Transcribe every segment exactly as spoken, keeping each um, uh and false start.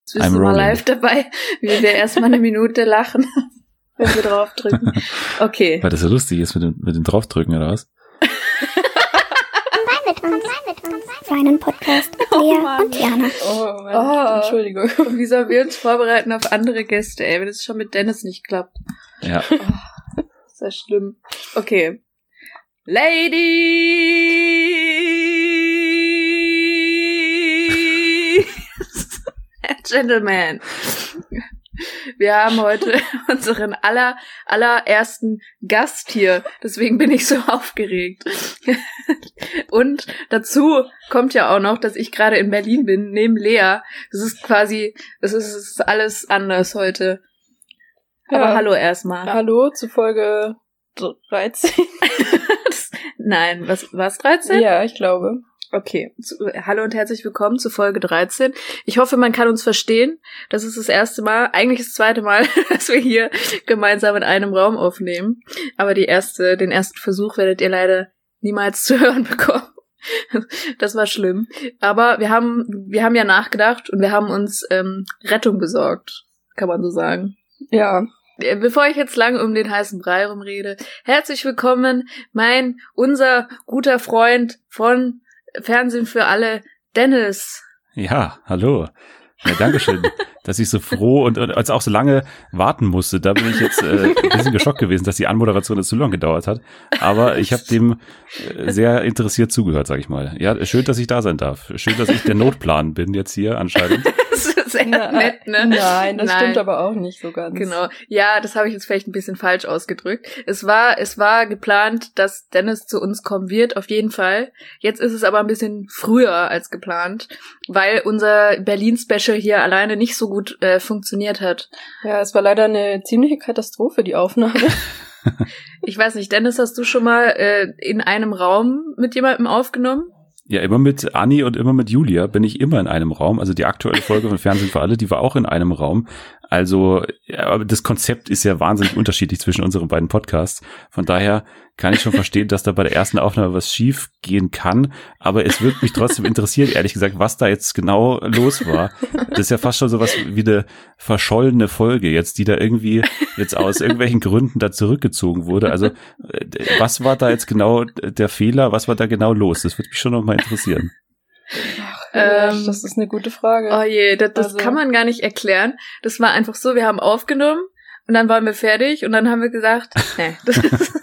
Jetzt bist I'm du mal rolling. Live dabei, wie wir erstmal eine Minute lachen, wenn wir draufdrücken. Okay. Weil das so lustig ist mit dem, mit dem Draufdrücken, oder was? Komm mit uns, mit uns. Für einen Podcast mit Lea oh und Jana. Oh, Mann. Oh, Entschuldigung. Wie sollen wir uns vorbereiten auf andere Gäste, ey, wenn es schon mit Dennis nicht klappt? Ja. Oh, ist ja schlimm. Okay. Ladies and Gentlemen. Wir haben heute unseren aller, allerersten Gast hier. Deswegen bin ich so aufgeregt. Und dazu kommt ja auch noch, dass ich gerade in Berlin bin, neben Lea. Das ist quasi, es ist, es ist alles anders heute. Aber ja. Hallo erstmal. Hallo zu Folge dreizehn. Nein, was war's dreizehn? Ja, ich glaube. Okay, zu, hallo und herzlich willkommen zu Folge dreizehn. Ich hoffe, man kann uns verstehen. Das ist das erste Mal, eigentlich das zweite Mal, dass wir hier gemeinsam in einem Raum aufnehmen. Aber die erste, den ersten Versuch werdet ihr leider niemals zu hören bekommen. Das war schlimm. Aber wir haben, wir haben ja nachgedacht und wir haben uns ähm, Rettung besorgt, kann man so sagen. Ja. Bevor ich jetzt lange um den heißen Brei rumrede, herzlich willkommen, mein, unser guter Freund von Fernsehen für alle, Dennis. Ja, hallo. Ja, dankeschön, dass ich so froh und, und als auch so lange warten musste. Da bin ich jetzt äh, ein bisschen geschockt gewesen, dass die Anmoderation jetzt so lange gedauert hat. Aber ich habe dem äh, sehr interessiert zugehört, sag ich mal. Ja, schön, dass ich da sein darf. Schön, dass ich der Notplan bin jetzt hier anscheinend. Das ist sehr nett, ne? Nein, das Nein. stimmt aber auch nicht so ganz. Genau. Ja, das habe ich jetzt vielleicht ein bisschen falsch ausgedrückt. Es war, es war geplant, dass Dennis zu uns kommen wird, auf jeden Fall. Jetzt ist es aber ein bisschen früher als geplant, weil unser Berlin-Special hier alleine nicht so gut äh, funktioniert hat. Ja, es war leider eine ziemliche Katastrophe, die Aufnahme. Ich weiß nicht, Dennis, hast du schon mal äh, in einem Raum mit jemandem aufgenommen? Ja, immer mit Anni und immer mit Julia bin ich immer in einem Raum. Also die aktuelle Folge von Fernsehen für alle, die war auch in einem Raum. Also, ja, aber das Konzept ist ja wahnsinnig unterschiedlich zwischen unseren beiden Podcasts. Von daher kann ich schon verstehen, dass da bei der ersten Aufnahme was schief gehen kann. Aber es würde mich trotzdem interessieren, ehrlich gesagt, was da jetzt genau los war. Das ist ja fast schon sowas wie eine verschollene Folge jetzt, die da irgendwie jetzt aus irgendwelchen Gründen da zurückgezogen wurde. Also, was war da jetzt genau der Fehler? Was war da genau los? Das würde mich schon noch mal interessieren. Ach, ähm, das ist eine gute Frage. Oh je, das, das also. kann man gar nicht erklären. Das war einfach so, wir haben aufgenommen und dann waren wir fertig und dann haben wir gesagt, nee, das,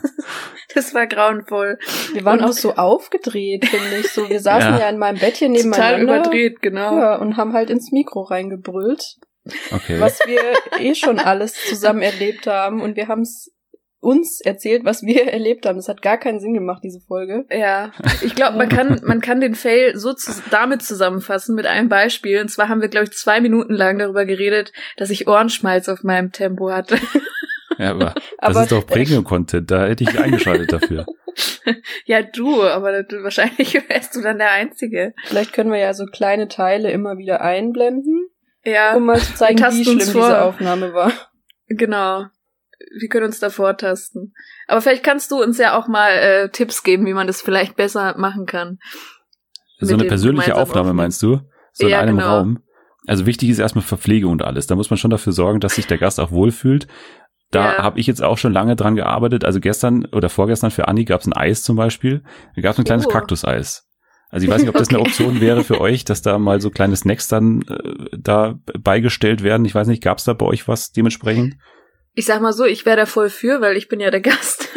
das war grauenvoll. Wir waren und, auch so aufgedreht, finde ich. So, wir saßen ja, ja in meinem Bettchen nebeneinander. Total überdreht, genau. Ja, und haben halt ins Mikro reingebrüllt. Okay. Was wir eh schon alles zusammen erlebt haben und wir haben es uns erzählt, was wir erlebt haben. Das hat gar keinen Sinn gemacht, diese Folge. Ja, ich glaube, man kann man kann den Fail so zu, damit zusammenfassen mit einem Beispiel. Und zwar haben wir, glaube ich, zwei Minuten lang darüber geredet, dass ich Ohrenschmalz auf meinem Tempo hatte. Ja, aber das aber, ist doch Premium-Content. Da hätte ich eingeschaltet dafür. Ja, du, aber du, wahrscheinlich wärst du dann der Einzige. Vielleicht können wir ja so kleine Teile immer wieder einblenden, ja, um mal zu zeigen, wie schlimm diese Aufnahme war. Genau. Wir können uns da vortasten. Aber vielleicht kannst du uns ja auch mal äh, Tipps geben, wie man das vielleicht besser machen kann. So eine persönliche Aufnahme aufnehmen. Meinst du? So in ja, einem genau. Raum? Also wichtig ist erstmal Verpflegung und alles. Da muss man schon dafür sorgen, dass sich der Gast auch wohlfühlt. Da ja. habe ich jetzt auch schon lange dran gearbeitet. Also gestern oder vorgestern für Anni gab es ein Eis zum Beispiel. Da gab es ein kleines oh. Kaktuseis. Also ich weiß nicht, ob das okay. eine Option wäre für euch, dass da mal so kleine Snacks dann äh, da beigestellt werden. Ich weiß nicht, gab es da bei euch was dementsprechend? Ich sag mal so, ich wäre da voll für, weil ich bin ja der Gast.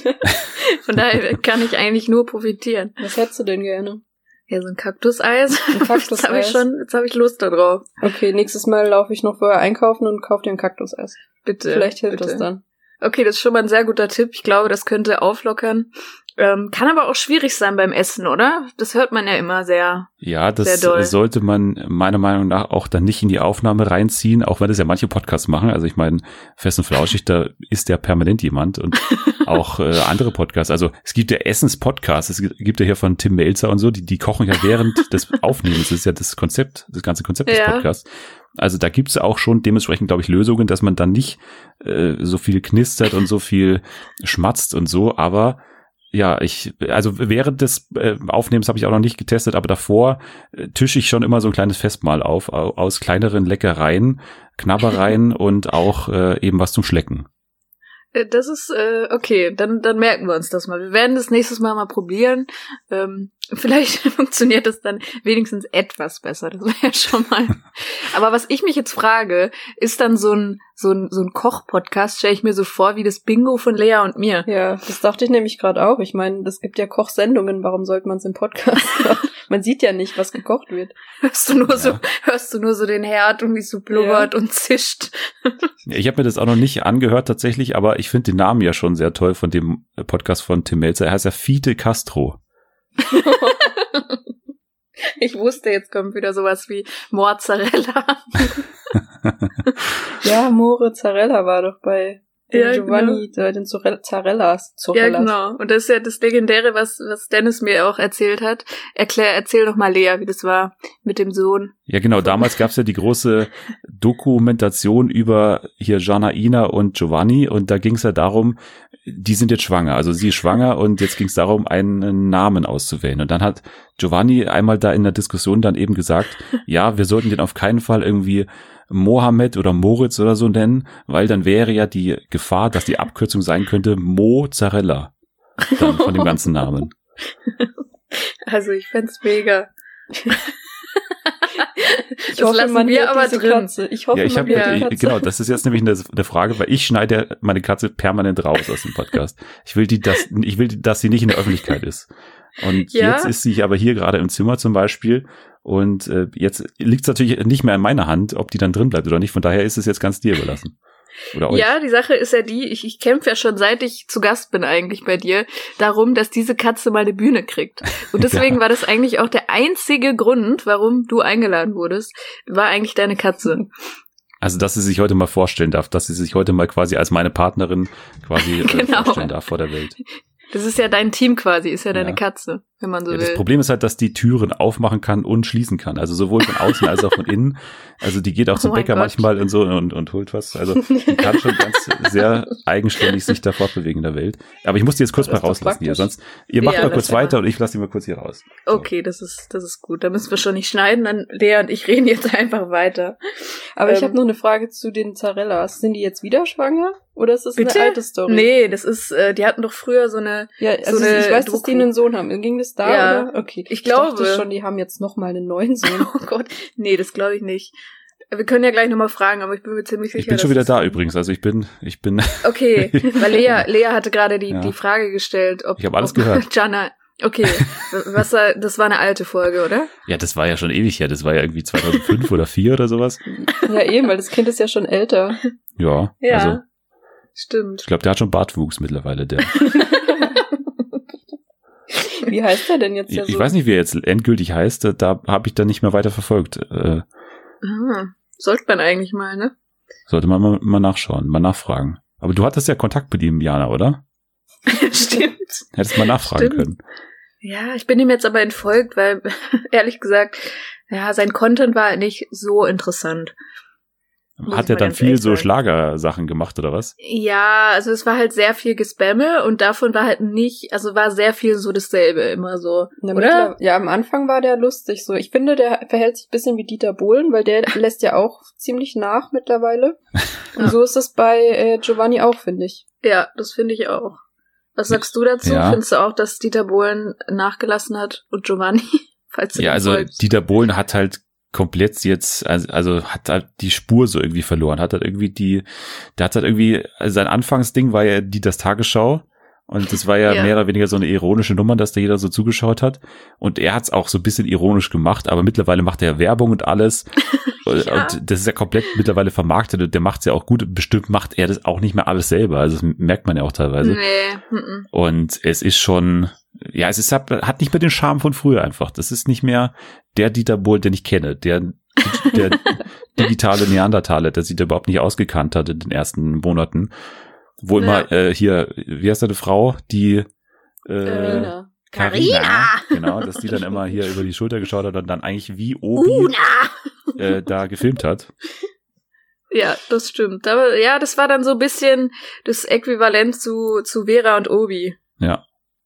Von daher kann ich eigentlich nur profitieren. Was hättest du denn gerne? Ja, so ein Kaktuseis. Ein Kaktuseis. Jetzt habe ich schon, jetzt habe ich Lust da drauf. Okay, nächstes Mal laufe ich noch vorher einkaufen und kaufe dir ein Kaktuseis. Bitte. Vielleicht hilft bitte. das dann. Okay, das ist schon mal ein sehr guter Tipp. Ich glaube, das könnte auflockern. Ähm, kann aber auch schwierig sein beim Essen, oder? Das hört man ja immer sehr. Ja, das sehr doll. Sollte man meiner Meinung nach auch dann nicht in die Aufnahme reinziehen, auch wenn das ja manche Podcasts machen. Also ich meine, Fest und Flauschig, da ist ja permanent jemand und auch äh, andere Podcasts. Also es gibt ja Essens-Podcasts, es gibt ja hier von Tim Melzer und so, die die kochen ja während des Aufnehmens. Das ist ja das Konzept, das ganze Konzept des ja. Podcasts. Also da gibt's auch schon dementsprechend, glaube ich, Lösungen, dass man dann nicht äh, so viel knistert und so viel schmatzt und so, aber ja, ich, also während des äh, Aufnehmens habe ich auch noch nicht getestet, aber davor äh, tische ich schon immer so ein kleines Festmahl auf, au- aus kleineren Leckereien, Knabbereien und auch äh, eben was zum Schlecken. Das ist, äh, okay, dann, dann merken wir uns das mal. Wir werden das nächstes Mal mal probieren. Ähm, vielleicht funktioniert das dann wenigstens etwas besser. Das wäre ja schon mal. Aber was ich mich jetzt frage, ist dann so ein, so ein, so ein Koch-Podcast, stelle ich mir so vor, wie das Bingo von Lea und mir. Ja, das dachte ich nämlich gerade auch. Ich meine, es gibt ja Kochsendungen, warum sollte man es im Podcast machen? Man sieht ja nicht, was gekocht wird. Hörst du nur Ja. so, hörst du nur so den Herd und wie es so blubbert Ja. und zischt. Ja, ich habe mir das auch noch nicht angehört tatsächlich, aber ich finde den Namen ja schon sehr toll von dem Podcast von Tim Melzer. Er heißt ja Fide Castro. Ich wusste, jetzt kommt wieder sowas wie Mozzarella. Ja, Mozzarella war doch bei Ja, Giovanni, genau. Den Zorell- Zarellas. Ja, Zorellas. genau. Und das ist ja das Legendäre, was, was Dennis mir auch erzählt hat. Erklär, erzähl doch mal, Lea, wie das war mit dem Sohn. Ja, genau. Damals gab's ja die große Dokumentation über hier Janaina und Giovanni und da ging's ja darum, die sind jetzt schwanger. Also sie ist schwanger und jetzt ging's darum, einen Namen auszuwählen. Und dann hat Giovanni einmal da in der Diskussion dann eben gesagt, ja, wir sollten den auf keinen Fall irgendwie Mohammed oder Moritz oder so nennen, weil dann wäre ja die Gefahr, dass die Abkürzung sein könnte Mozzarella. Dann von dem ganzen Namen. Also ich fänd's mega. Ich Das hoffe, lassen man wir hört aber diese drin. Katze. Ich hoffe, Ja, ich man habe hört die ja, Katze. genau, das ist jetzt nämlich eine, eine Frage, weil ich schneide meine Katze permanent raus aus dem Podcast. Ich will die, dass ich will, dass sie nicht in der Öffentlichkeit ist. Und Ja? jetzt ist sie aber hier gerade im Zimmer zum Beispiel. Und äh, jetzt liegt es natürlich nicht mehr in meiner Hand, ob die dann drin bleibt oder nicht. Von daher ist es jetzt ganz dir überlassen. Oder euch. Ja, die Sache ist ja die, ich, ich kämpfe ja schon seit ich zu Gast bin eigentlich bei dir, darum, dass diese Katze mal eine Bühne kriegt. Und deswegen Ja. war das eigentlich auch der einzige Grund, warum du eingeladen wurdest, war eigentlich deine Katze. Also, dass sie sich heute mal vorstellen darf, dass sie sich heute mal quasi als meine Partnerin quasi äh, Genau. vorstellen darf vor der Welt. Das ist ja dein Team quasi, ist ja deine Ja. Katze, wenn man so Ja, will. das Problem ist halt, dass die Türen aufmachen kann und schließen kann. Also sowohl von außen als auch von innen. Also die geht auch zum Oh mein Bäcker Gott. manchmal und so und, und holt was. Also die kann schon ganz sehr eigenständig sich da fortbewegen in der Welt. Aber ich muss die jetzt kurz Das mal ist doch rauslassen hier. praktisch. Sonst, ihr macht Ja, mal das kurz wär weiter mal- und ich lasse die mal kurz hier raus. So. Okay, das ist, das ist gut. Da müssen wir schon nicht schneiden, dann Lea und ich reden jetzt einfach weiter. Aber ich Ähm, habe noch eine Frage zu den Zarellas. Sind die jetzt wieder schwanger? Oder ist das Bitte? eine alte Story? Nee, das ist, äh, die hatten doch früher so eine, Ja, also so eine ich weiß, dass Doku. die einen Sohn haben. Ging das da, Ja, oder? Okay. ich glaube. dachte schon, die haben jetzt noch mal einen neuen Sohn. oh Gott, nee, das glaube ich nicht. Wir können ja gleich nochmal fragen, aber ich bin mir ziemlich sicher, Ich bin schon dass wieder es- da übrigens. Also ich bin, ich bin, Okay, weil Lea, Lea hatte gerade die, Ja. die Frage gestellt, ob, Ich hab alles ob gehört. Jana, okay, was war, das war eine alte Folge, oder? ja, das war ja schon ewig her. Das war ja irgendwie zweitausendfünf oder vier oder sowas. Ja, eben, weil das Kind ist ja schon älter. Ja, Ja, also stimmt. ich glaube, der hat schon Bartwuchs mittlerweile. Der. Wie heißt er denn jetzt? Ich, ja ich so? weiß nicht, wie er jetzt endgültig heißt. Da habe ich dann nicht mehr weiter verfolgt. Äh, Ah, sollte man eigentlich mal, ne? Sollte man mal, mal nachschauen, mal nachfragen. Aber du hattest ja Kontakt mit ihm, Jana, oder? Stimmt. Hättest mal nachfragen Stimmt. können. Ja, ich bin ihm jetzt aber entfolgt, weil, ehrlich gesagt, ja, sein Content war nicht so interessant. Muss Hat ich er mal dann ganz viel ehrlich so sagen. Schlagersachen gemacht, oder was? Ja, also es war halt sehr viel Gespamme und davon war halt nicht, also war sehr viel so dasselbe immer so, Na, oder? mittler- Ja, am Anfang war der lustig. So, ich finde, der verhält sich ein bisschen wie Dieter Bohlen, weil der lässt ja auch ziemlich nach mittlerweile. Und Ja. so ist es bei äh, Giovanni auch, finde ich. Ja, das finde ich auch. Was sagst du dazu? Ja. Findest du auch, dass Dieter Bohlen nachgelassen hat und Giovanni? Falls du Ja, ihm also folgst. Dieter Bohlen hat halt komplett jetzt, also, also hat halt die Spur so irgendwie verloren, hat halt irgendwie die, der hat halt irgendwie, also sein Anfangsding war ja die das Tagesschau und das war ja, Ja. mehr oder weniger so eine ironische Nummer, dass da jeder so zugeschaut hat und er hat's auch so ein bisschen ironisch gemacht, aber mittlerweile macht er Werbung und alles und, Ja. und das ist ja komplett mittlerweile vermarktet und der macht's ja auch gut, bestimmt macht er das auch nicht mehr alles selber, also das merkt man ja auch teilweise. Nee, mhm. Und es ist schon, ja, es ist, hat, hat nicht mehr den Charme von früher einfach. Das ist nicht mehr der Dieter Bohlen, den ich kenne, der, der digitale Neandertaler, der sich da überhaupt nicht ausgekannt hat in den ersten Monaten. Wo immer, äh, hier, wie heißt deine Frau, die, äh, Carina. Carina, genau, dass die dann immer hier über die Schulter geschaut hat und dann eigentlich wie Obi Una! äh, da gefilmt hat. Ja, das stimmt. Aber ja, das war dann so ein bisschen das Äquivalent zu, zu Vera und Obi. Ja.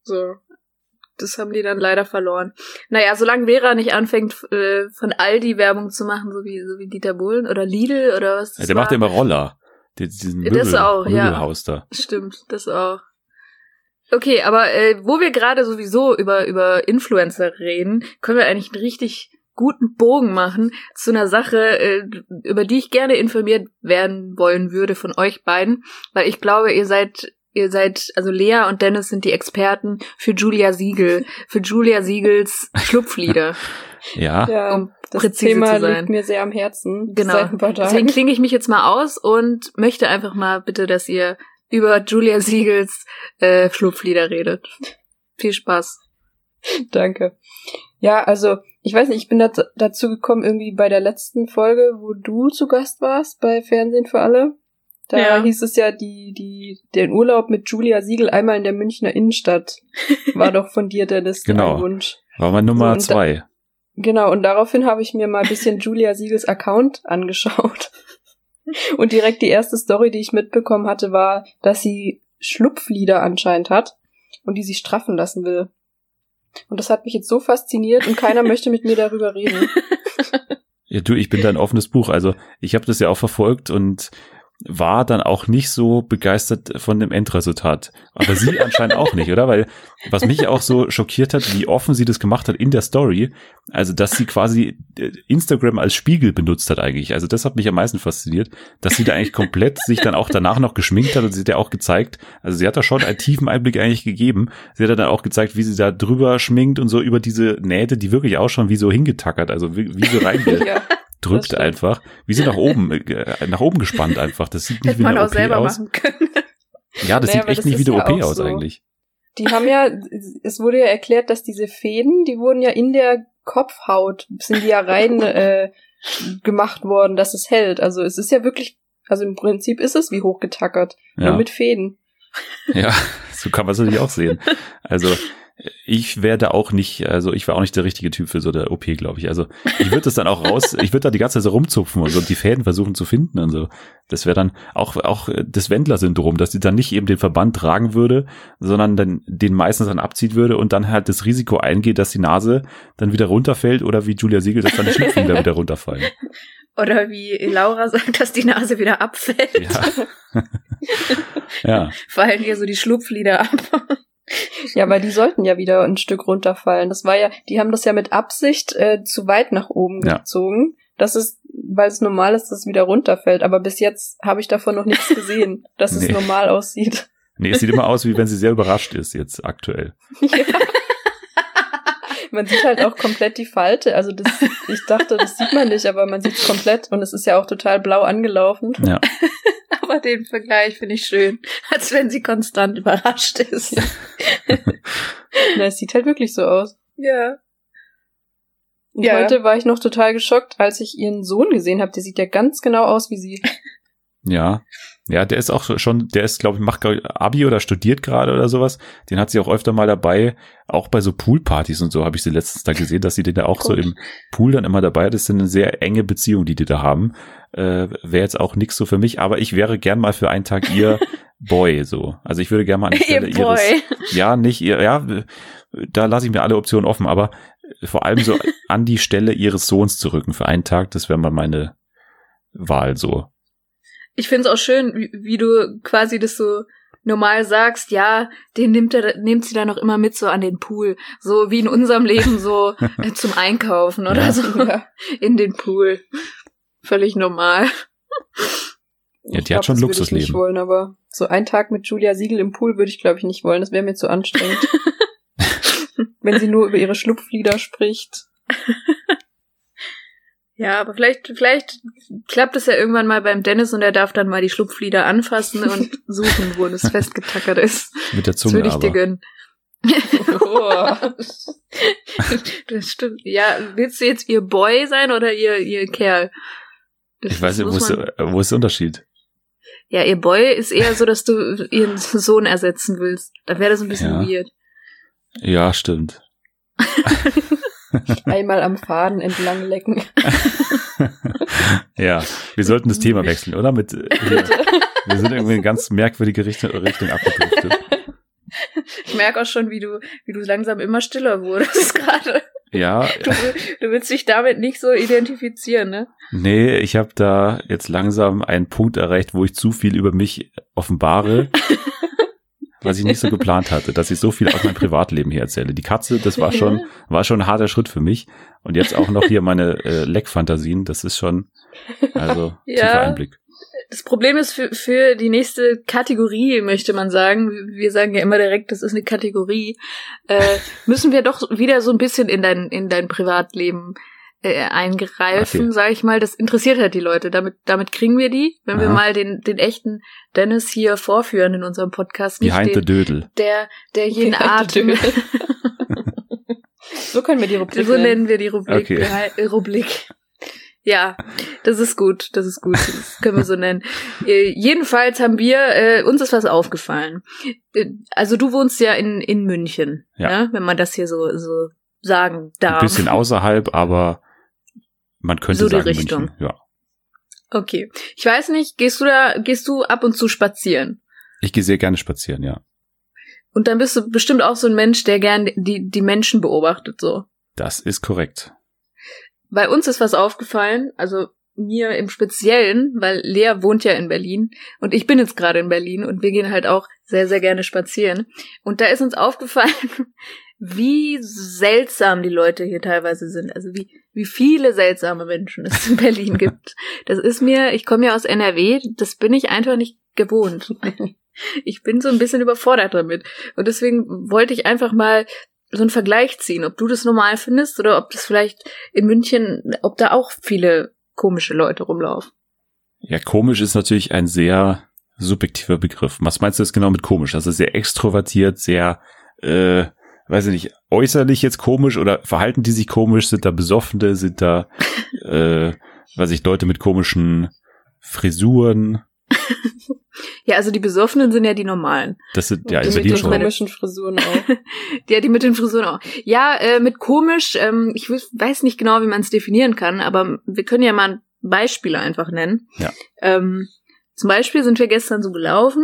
So. Das haben die dann leider verloren. Naja, solange Vera nicht anfängt, äh, von Aldi Werbung zu machen, so wie, so wie Dieter Bohlen oder Lidl oder was das ja, der war. macht ja immer Roller. Diesen Möbel, das auch, Möbelhaus ja. da. Stimmt, das auch. Okay, aber äh, wo wir gerade sowieso über über Influencer reden, können wir eigentlich einen richtig guten Bogen machen zu einer Sache, äh, über die ich gerne informiert werden wollen würde von euch beiden, weil ich glaube, ihr seid ihr seid, also Lea und Dennis sind die Experten für Julia Siegel, für Julia Siegels Schlupflieder. Ja. Ja, um das präzise Thema zu sein. liegt mir sehr am Herzen. Genau. Seit ein paar Tagen. Deswegen klinge ich mich jetzt mal aus und möchte einfach mal bitte, dass ihr über Julia Siegels äh, Schlupflieder redet. Viel Spaß. Danke. Ja, also, ich weiß nicht, ich bin dat- dazu gekommen irgendwie bei der letzten Folge, wo du zu Gast warst, bei Fernsehen für alle. Da Ja. hieß es ja, die, die, den Urlaub mit Julia Siegel einmal in der Münchner Innenstadt war doch von dir, Dennis, Genau. ein Wunsch. War mal Nummer So, und zwei. Da, genau, und daraufhin habe ich mir mal ein bisschen Julia Siegels Account angeschaut. Und direkt die erste Story, die ich mitbekommen hatte, war, dass sie Schlupflieder anscheinend hat und die sie straffen lassen will. Und das hat mich jetzt so fasziniert und keiner möchte mit mir darüber reden. Ja, du, ich bin da ein offenes Buch. Also ich habe das ja auch verfolgt und war dann auch nicht so begeistert von dem Endresultat. Aber sie anscheinend auch nicht, oder? Weil was mich auch so schockiert hat, wie offen sie das gemacht hat in der Story, also dass sie quasi Instagram als Spiegel benutzt hat eigentlich. Also das hat mich am meisten fasziniert, dass sie da eigentlich komplett sich dann auch danach noch geschminkt hat und sie hat ja auch gezeigt, also sie hat da schon einen tiefen Einblick eigentlich gegeben. Sie hat dann auch gezeigt, wie sie da drüber schminkt und so über diese Nähte, die wirklich auch schon wie so hingetackert, also wie, wie so reingeht. Ja. Drückt einfach, wie sie nach oben, äh, nach oben gespannt einfach. Das sieht nicht Hätte wie man eine auch O P selber aus. machen können. Ja, das Naja, sieht aber echt das nicht ist wie eine ja O P auch aus so. eigentlich. Die haben ja, es wurde ja erklärt, dass diese Fäden, die wurden ja in der Kopfhaut, sind die ja rein äh, gemacht worden, dass es hält. Also es ist ja wirklich, also im Prinzip ist es wie hochgetackert, Ja. nur mit Fäden. Ja, so kann man es natürlich auch sehen. Also ich wäre da auch nicht, also ich war auch nicht der richtige Typ für so eine O P, glaube ich. Also ich würde das dann auch raus, ich würde da die ganze Zeit so rumzupfen und so die Fäden versuchen zu finden und so. Das wäre dann auch auch das Wendler-Syndrom, dass die dann nicht eben den Verband tragen würde, sondern dann den meistens dann abziehen würde und dann halt das Risiko eingeht, dass die Nase dann wieder runterfällt oder wie Julia Siegel, dass dann die Schlupflieder wieder runterfallen. Oder wie Laura sagt, dass die Nase wieder abfällt. Ja. Ja. Fallen ihr so die Schlupflieder ab. Ja, aber die sollten ja wieder ein Stück runterfallen. Das war ja, die haben das ja mit Absicht äh, zu weit nach oben Ja. gezogen. Das ist, weil es normal ist, dass es wieder runterfällt. Aber bis jetzt habe ich davon noch nichts gesehen, dass es Nee. normal aussieht. Nee, es sieht immer aus, wie wenn sie sehr überrascht ist jetzt aktuell. Ja. Man sieht halt auch komplett die Falte. Also das, ich dachte, das sieht man nicht, aber man sieht es komplett. Und es ist ja auch total blau angelaufen. Ja. Aber den Vergleich finde ich schön. Als wenn sie konstant überrascht ist. Na, es sieht halt wirklich so aus. Ja. Und Ja. heute war ich noch total geschockt, als ich ihren Sohn gesehen habe. Der sieht ja ganz genau aus wie sie. Ja, ja, der ist auch schon, der ist, glaube ich, macht glaub ich, Abi oder studiert gerade oder sowas. Den hat sie auch öfter mal dabei, auch bei so Poolpartys und so habe ich sie letztens da gesehen, dass sie den da auch so im Pool dann immer dabei hat. Das ist eine sehr enge Beziehung, die die da haben. Äh, wäre jetzt auch nix so für mich, aber ich wäre gern mal für einen Tag ihr Boy so. Also ich würde gerne mal an die Stelle Ihr Boy. ihres, ja, nicht ihr, ja, da lasse ich mir alle Optionen offen, aber vor allem so an die Stelle ihres Sohns zu rücken für einen Tag, das wäre mal meine Wahl so. Ich finde es auch schön, wie, wie du quasi das so normal sagst, ja, den nimmt er, nimmt sie dann auch immer mit so an den Pool. So wie in unserem Leben so äh, zum Einkaufen oder Ja. so Ja. in den Pool. Völlig normal. Ja, die Ich glaub, hat schon das würde Luxusleben. Ich nicht wollen, aber so einen Tag mit Julia Siegel im Pool würde ich, glaube ich, nicht wollen. Das wäre mir zu anstrengend. Wenn sie nur über ihre Schlupflieder spricht. Ja, aber vielleicht, vielleicht klappt es ja irgendwann mal beim Dennis und er darf dann mal die Schlupflieder anfassen und suchen, wo das festgetackert ist. Mit der Das Zunge würde ich dir aber. gönnen. Oh. Das stimmt. Ja, willst du jetzt ihr Boy sein oder ihr, ihr Kerl? Das Ich weiß nicht, wo muss ist, man- der, wo ist der Unterschied? Ja, ihr Boy ist eher so, dass du ihren Sohn ersetzen willst. Da wäre das ein bisschen Ja. weird. Ja, stimmt. Einmal am Faden entlang lecken. Ja, wir sollten das Thema wechseln, oder? Mit, wir, wir sind irgendwie in eine ganz merkwürdige Richtung, Richtung abgedriftet. Ich merke auch schon, wie du, wie du langsam immer stiller wurdest gerade. Ja. Du, du willst dich damit nicht so identifizieren, ne? Nee, ich habe da jetzt langsam einen Punkt erreicht, wo ich zu viel über mich offenbare, was ich nicht so geplant hatte, dass ich so viel aus meinem Privatleben hier erzähle. Die Katze, das war schon, war schon ein harter Schritt für mich. Und jetzt auch noch hier meine äh, Leckfantasien, das ist schon, also, ja. tiefer Einblick. Das Problem ist für, für die nächste Kategorie, möchte man sagen, wir sagen ja immer direkt, das ist eine Kategorie, äh, müssen wir doch wieder so ein bisschen in dein, in dein Privatleben äh, eingreifen, okay. Sag ich mal. Das interessiert halt die Leute. Damit, damit kriegen wir die, wenn Aha. wir mal den, den echten Dennis hier vorführen in unserem Podcast. Nicht Behind den, the Dödel. Der, der jeden Atem. So können wir die Rubrik So nennen wir die Rubrik. Okay. Behi- Rubrik. Ja, das ist gut, das ist gut, das können wir so nennen. Äh, jedenfalls haben wir, äh, uns ist was aufgefallen. Äh, also du wohnst ja in in München, ja. Ne? Wenn man das hier so so sagen darf. Ein bisschen außerhalb, aber man könnte so die sagen Richtung. München, ja. Okay, ich weiß nicht, gehst du da, gehst du ab und zu spazieren? Ich gehe sehr gerne spazieren, ja. Und dann bist du bestimmt auch so ein Mensch, der gern die die Menschen beobachtet, so. Das ist korrekt. Bei uns ist was aufgefallen, also mir im Speziellen, weil Lea wohnt ja in Berlin und ich bin jetzt gerade in Berlin und wir gehen halt auch sehr, sehr gerne spazieren. Und da ist uns aufgefallen, wie seltsam die Leute hier teilweise sind. Also wie wie viele seltsame Menschen es in Berlin gibt. Das ist mir, ich komme ja aus N R W, das bin ich einfach nicht gewohnt. Ich bin so ein bisschen überfordert damit. Und deswegen wollte ich einfach mal so einen Vergleich ziehen, ob du das normal findest oder ob das vielleicht in München, ob da auch viele komische Leute rumlaufen. Ja, komisch ist natürlich ein sehr subjektiver Begriff. Was meinst du jetzt genau mit komisch? Also sehr extrovertiert, sehr, äh, weiß ich nicht, äußerlich jetzt komisch oder verhalten die sich komisch? Sind da Besoffene? Sind da, äh, weiß ich, Leute mit komischen Frisuren? Ja, also die Besoffenen sind ja die normalen. Das sind ja die also mit die den schon. komischen Frisuren auch. Ja, die mit den Frisuren auch. Ja, äh, mit komisch, ähm, ich weiß nicht genau, wie man es definieren kann, aber wir können ja mal Beispiele einfach nennen. Ja. Ähm, zum Beispiel sind wir gestern so gelaufen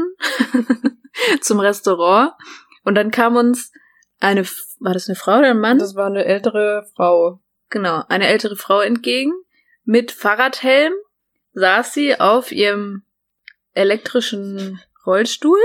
zum Restaurant und dann kam uns eine, war das eine Frau oder ein Mann? Das war eine ältere Frau. Genau, eine ältere Frau entgegen mit Fahrradhelm saß sie auf ihrem elektrischen Rollstuhl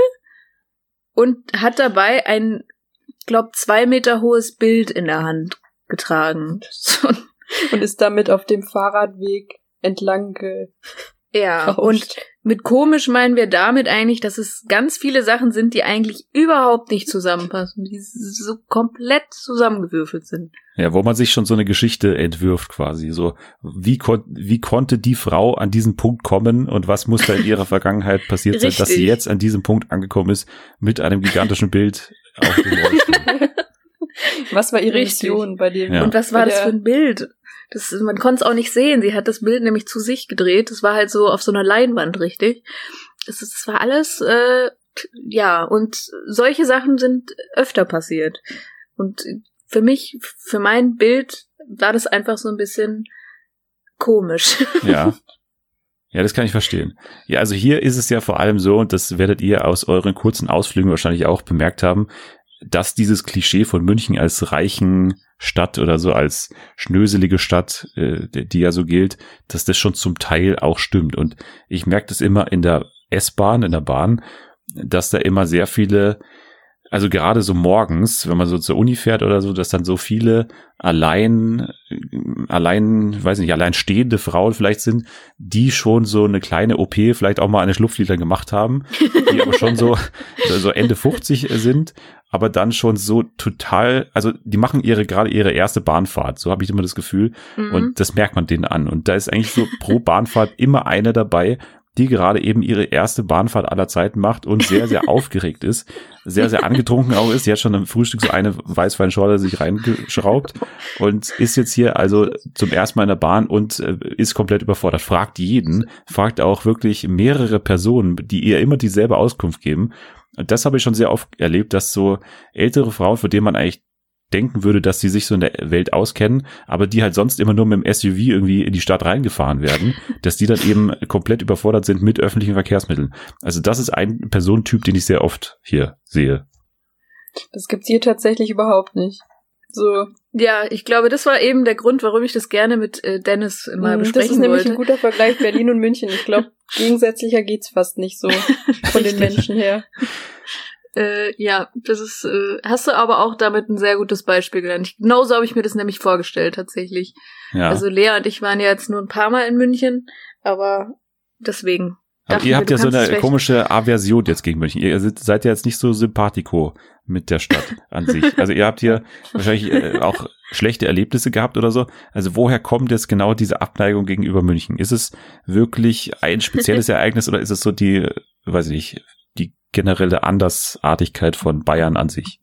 und hat dabei ein, glaub, zwei Meter hohes Bild in der Hand getragen. So. Und ist damit auf dem Fahrradweg entlang ge- Ja, Rauscht. und mit komisch meinen wir damit eigentlich, dass es ganz viele Sachen sind, die eigentlich überhaupt nicht zusammenpassen, die so komplett zusammengewürfelt sind. Ja, wo man sich schon so eine Geschichte entwirft quasi. So, wie, kon- wie konnte die Frau an diesen Punkt kommen und was muss da in ihrer Vergangenheit passiert sein, dass sie jetzt an diesem Punkt angekommen ist mit einem gigantischen Bild auf dem Rollstuhl. Was war ihre Richtig. Mission bei dem? Ja. Und was war bei das der- für ein Bild? Das, man konnte es auch nicht sehen. Sie hat das Bild nämlich zu sich gedreht. Das war halt so auf so einer Leinwand, richtig. Das, das war alles, äh, ja, und solche Sachen sind öfter passiert. Und für mich, für mein Bild, war das einfach so ein bisschen komisch. Ja. Ja, das kann ich verstehen. Ja, also hier ist es ja vor allem so, und das werdet ihr aus euren kurzen Ausflügen wahrscheinlich auch bemerkt haben, dass dieses Klischee von München als reichen Stadt oder so als schnöselige Stadt, äh, die ja so gilt, dass das schon zum Teil auch stimmt. Und ich merke das immer in der S-Bahn, in der Bahn, dass da immer sehr viele, also gerade so morgens, wenn man so zur Uni fährt oder so, dass dann so viele allein, allein, weiß nicht, alleinstehende Frauen vielleicht sind, die schon so eine kleine O P vielleicht auch mal an den Schlupflidern gemacht haben, die aber schon so, so Ende fünfzig sind, aber dann schon so total, also die machen ihre gerade ihre erste Bahnfahrt, so habe ich immer das Gefühl, Mhm. und das merkt man denen an. Und da ist eigentlich so pro Bahnfahrt immer eine dabei, die gerade eben ihre erste Bahnfahrt aller Zeiten macht und sehr, sehr aufgeregt ist, sehr, sehr angetrunken auch ist. Sie hat schon am Frühstück so eine Weißweinschorle sich reingeschraubt und ist jetzt hier also zum ersten Mal in der Bahn und äh, ist komplett überfordert. Fragt jeden, fragt auch wirklich mehrere Personen, die ihr immer dieselbe Auskunft geben. Und das habe ich schon sehr oft erlebt, dass so ältere Frauen, von denen man eigentlich denken würde, dass sie sich so in der Welt auskennen, aber die halt sonst immer nur mit dem S U V irgendwie in die Stadt reingefahren werden, dass die dann eben komplett überfordert sind mit öffentlichen Verkehrsmitteln. Also das ist ein Personentyp, den ich sehr oft hier sehe. Das gibt's hier tatsächlich überhaupt nicht. So. Ja, ich glaube, das war eben der Grund, warum ich das gerne mit äh, Dennis mal besprechen wollte. Das ist nämlich wollte. Ein guter Vergleich, Berlin und München. Ich glaube, gegensätzlicher geht's fast nicht so von den Menschen her. Äh, ja, das ist, äh, hast du aber auch damit ein sehr gutes Beispiel genannt. Genauso habe ich mir das nämlich vorgestellt, tatsächlich. Ja. Also Lea und ich waren ja jetzt nur ein paar Mal in München, aber deswegen. Aber ihr habt ja so eine komische Aversion jetzt gegen München. Ihr seid ja jetzt nicht so sympathico mit der Stadt an sich. Also ihr habt hier wahrscheinlich äh, auch schlechte Erlebnisse gehabt oder so. Also woher kommt jetzt genau diese Abneigung gegenüber München? Ist es wirklich ein spezielles Ereignis oder ist es so die, weiß ich nicht, die generelle Andersartigkeit von Bayern an sich?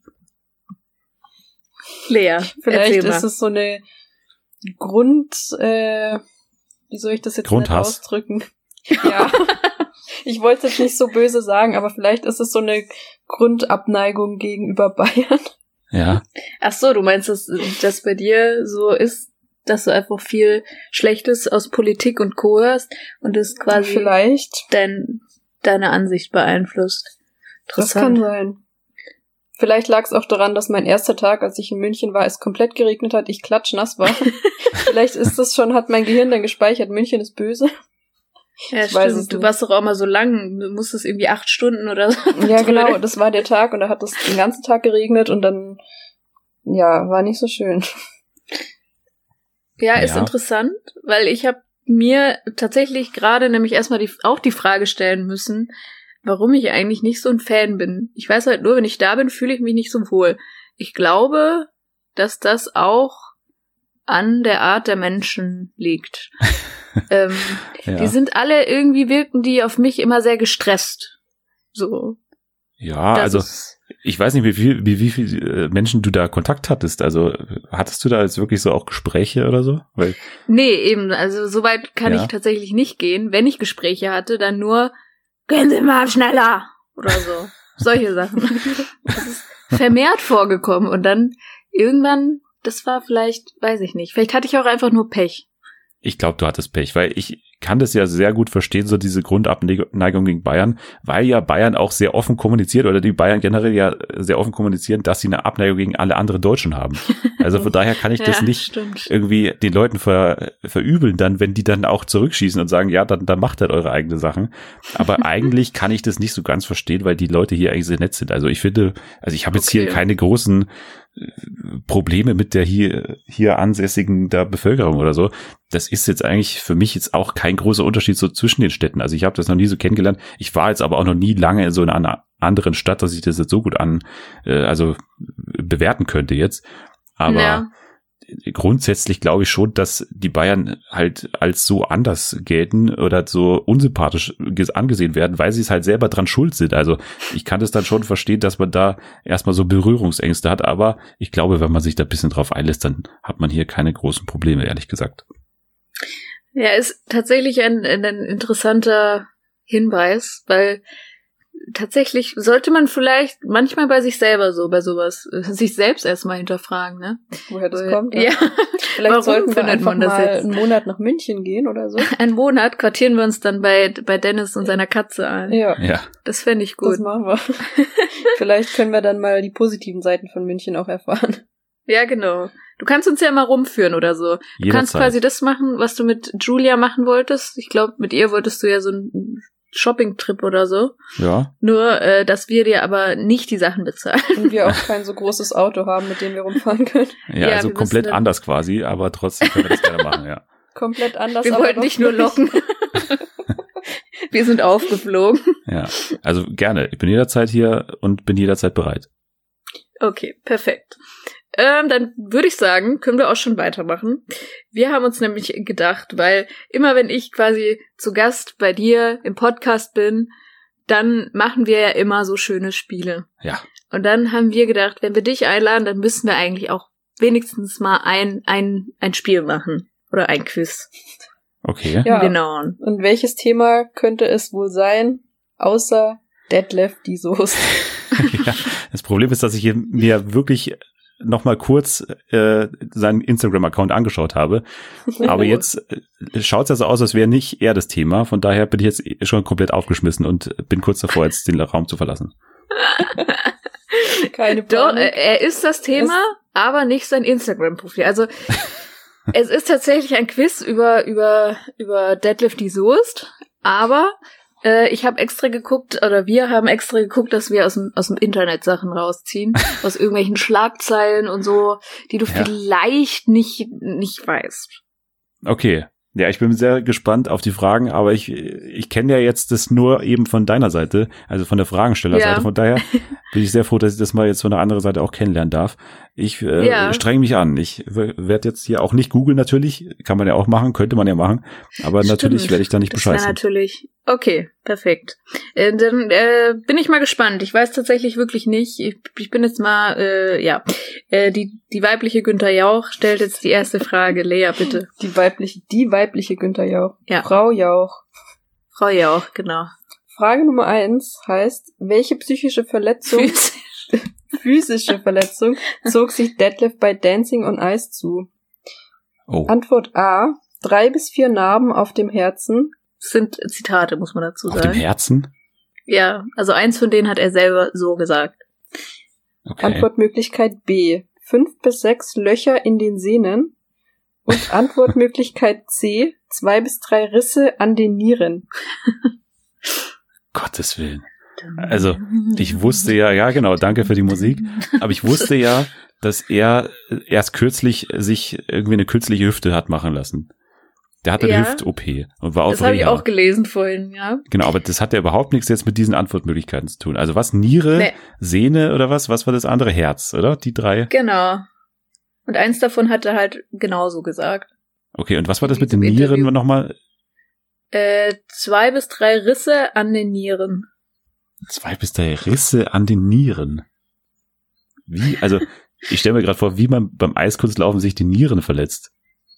Lea, vielleicht ist es so eine Grund, äh, wie soll ich das jetzt nicht ausdrücken? Ja, ich wollte es jetzt nicht so böse sagen, aber vielleicht ist es so eine Grundabneigung gegenüber Bayern. Ja. Ach so, du meinst, dass das bei dir so ist, dass du einfach viel Schlechtes aus Politik und Co. hörst und das quasi vielleicht dein, deine Ansicht beeinflusst. Das kann sein. Vielleicht lag es auch daran, dass mein erster Tag, als ich in München war, es komplett geregnet hat, ich klatschnass war. Vielleicht ist das schon, hat mein Gehirn dann gespeichert, München ist böse. Ja, ich weiß es, du warst doch auch mal so lang, du musstest irgendwie acht Stunden oder so. Ja, genau, das war der Tag und da hat es den ganzen Tag geregnet und dann, ja, war nicht so schön. Ja, ist ja interessant, weil ich habe mir tatsächlich gerade nämlich erstmal die, auch die Frage stellen müssen, warum ich eigentlich nicht so ein Fan bin. Ich weiß halt nur, wenn ich da bin, fühle ich mich nicht so wohl. Ich glaube, dass das auch an der Art der Menschen liegt. ähm, ja. Die sind alle irgendwie, wirken die auf mich immer sehr gestresst. So. Ja, das also ich weiß nicht, wie viel, wie, wie viele Menschen du da Kontakt hattest. Also hattest du da jetzt wirklich so auch Gespräche oder so? Weil nee, eben. Also so weit kann ja. ich tatsächlich nicht gehen. Wenn ich Gespräche hatte, dann nur gehen Sie mal schneller oder so. Solche Sachen. Das ist vermehrt vorgekommen und dann irgendwann, das war vielleicht, weiß ich nicht, vielleicht hatte ich auch einfach nur Pech. Ich glaube, du hattest Pech, weil ich kann das ja sehr gut verstehen, so diese Grundabneigung gegen Bayern, weil ja Bayern auch sehr offen kommuniziert oder die Bayern generell ja sehr offen kommunizieren, dass sie eine Abneigung gegen alle anderen Deutschen haben. Also von daher kann ich das ja, nicht stimmt. irgendwie den Leuten ver, verübeln dann, wenn die dann auch zurückschießen und sagen, ja, dann, dann macht halt eure eigene Sachen. Aber eigentlich kann ich das nicht so ganz verstehen, weil die Leute hier eigentlich sehr nett sind. Also ich finde, also ich habe jetzt okay. hier keine großen Probleme mit der hier hier ansässigen der Bevölkerung oder so. Das ist jetzt eigentlich für mich jetzt auch kein großer Unterschied so zwischen den Städten. Also ich habe das noch nie so kennengelernt. Ich war jetzt aber auch noch nie lange in so einer anderen Stadt, dass ich das jetzt so gut an äh, also bewerten könnte jetzt. Aber ja. grundsätzlich glaube ich schon, dass die Bayern halt als so anders gelten oder so unsympathisch angesehen werden, weil sie es halt selber dran schuld sind. Also ich kann das dann schon verstehen, dass man da erstmal so Berührungsängste hat, aber ich glaube, wenn man sich da ein bisschen drauf einlässt, dann hat man hier keine großen Probleme, ehrlich gesagt. Ja, ist tatsächlich ein, ein interessanter Hinweis, weil tatsächlich sollte man vielleicht manchmal bei sich selber so, bei sowas, sich selbst erstmal hinterfragen, ne? Woher das Weil, kommt, ja. ja. Vielleicht Warum sollten wir einfach mal jetzt? einen Monat nach München gehen oder so. Einen Monat quartieren wir uns dann bei bei Dennis und seiner Katze ein. Ja. ja. Das fände ich gut. Das machen wir. Vielleicht können wir dann mal die positiven Seiten von München auch erfahren. Ja, genau. Du kannst uns ja mal rumführen oder so. Du Jederzeit. kannst quasi das machen, was du mit Julia machen wolltest. Ich glaube, mit ihr wolltest du ja so einen Shopping-Trip oder so. Ja. Nur, äh, dass wir dir aber nicht die Sachen bezahlen. Und wir auch kein so großes Auto haben, mit dem wir rumfahren können. Ja, ja also komplett anders quasi, aber trotzdem können wir das gerne machen, ja. Komplett anders. Wir wollten dich nur locken. Wir sind aufgeflogen. Ja, also gerne. Ich bin jederzeit hier und bin jederzeit bereit. Okay, perfekt. Ähm, dann würde ich sagen, können wir auch schon weitermachen. Wir haben uns nämlich gedacht, weil immer wenn ich quasi zu Gast bei dir im Podcast bin, dann machen wir ja immer so schöne Spiele. Ja. Und dann haben wir gedacht, wenn wir dich einladen, dann müssen wir eigentlich auch wenigstens mal ein, ein, ein Spiel machen. Oder ein Quiz. Okay. Ja. Genau. Und welches Thema könnte es wohl sein, außer Detlef die Soße? Ja, das Problem ist, dass ich hier mir wirklich noch mal kurz äh, seinen Instagram-Account angeschaut habe. Aber jetzt äh, schaut es ja so aus, als wäre nicht er das Thema. Von daher bin ich jetzt schon komplett aufgeschmissen und bin kurz davor, jetzt den Raum zu verlassen. Keine Doch, Panik. er ist das Thema, es aber nicht sein Instagram-Profil. Also es ist tatsächlich ein Quiz über über über Deadlift die Soest, aber äh, ich habe extra geguckt, oder wir haben extra geguckt, dass wir aus dem aus dem Internet Sachen rausziehen, aus irgendwelchen Schlagzeilen und so, die du ja. vielleicht nicht nicht weißt. Okay. Ja, ich bin sehr gespannt auf die Fragen, aber ich ich kenne ja jetzt das nur eben von deiner Seite, also von der Fragenstellerseite. Ja. Von daher bin ich sehr froh, dass ich das mal jetzt von der anderen Seite auch kennenlernen darf. Ich äh, ja. streng mich an. Ich werde jetzt hier auch nicht googeln natürlich, kann man ja auch machen, könnte man ja machen, aber Stimmt. natürlich werde ich da nicht bescheißen. Ja, natürlich. Okay, perfekt. Äh, dann äh, bin ich mal gespannt. Ich weiß tatsächlich wirklich nicht. Ich, ich bin jetzt mal, äh, ja, äh, die die weibliche Günther Jauch stellt jetzt die erste Frage. Lea, bitte. Die weibliche, die weibliche Günther Jauch. Ja. Frau Jauch. Frau Jauch, genau. Frage Nummer eins heißt, welche psychische Verletzung, Physisch. physische Verletzung zog sich Detlef bei Dancing on Ice zu? Oh. Antwort A, drei bis vier Narben auf dem Herzen. Das sind Zitate, muss man dazu sagen. Auf dem Herzen? Ja, also eins von denen hat er selber so gesagt. Okay. Antwortmöglichkeit B, fünf bis sechs Löcher in den Sehnen. Und Antwortmöglichkeit C, zwei bis drei Risse an den Nieren. Gottes Willen. Also, ich wusste ja, ja genau, danke für die Musik, aber ich wusste ja, dass er erst kürzlich sich irgendwie eine künstliche Hüfte hat machen lassen. Der hatte eine ja, Hüft-O P und war auf Das habe ich auch gelesen vorhin, ja. Genau, aber das hat ja überhaupt nichts jetzt mit diesen Antwortmöglichkeiten zu tun. Also was, Niere, nee. Sehne oder was? Was war das andere? Herz, oder? Die drei? Genau. Und eins davon hat er halt genauso gesagt. Okay, und was war das mit den Nieren nochmal? Äh, zwei bis drei Risse an den Nieren. Zwei bis drei Risse an den Nieren? Wie? Also, ich stelle mir gerade vor, wie man beim Eiskunstlaufen sich die Nieren verletzt.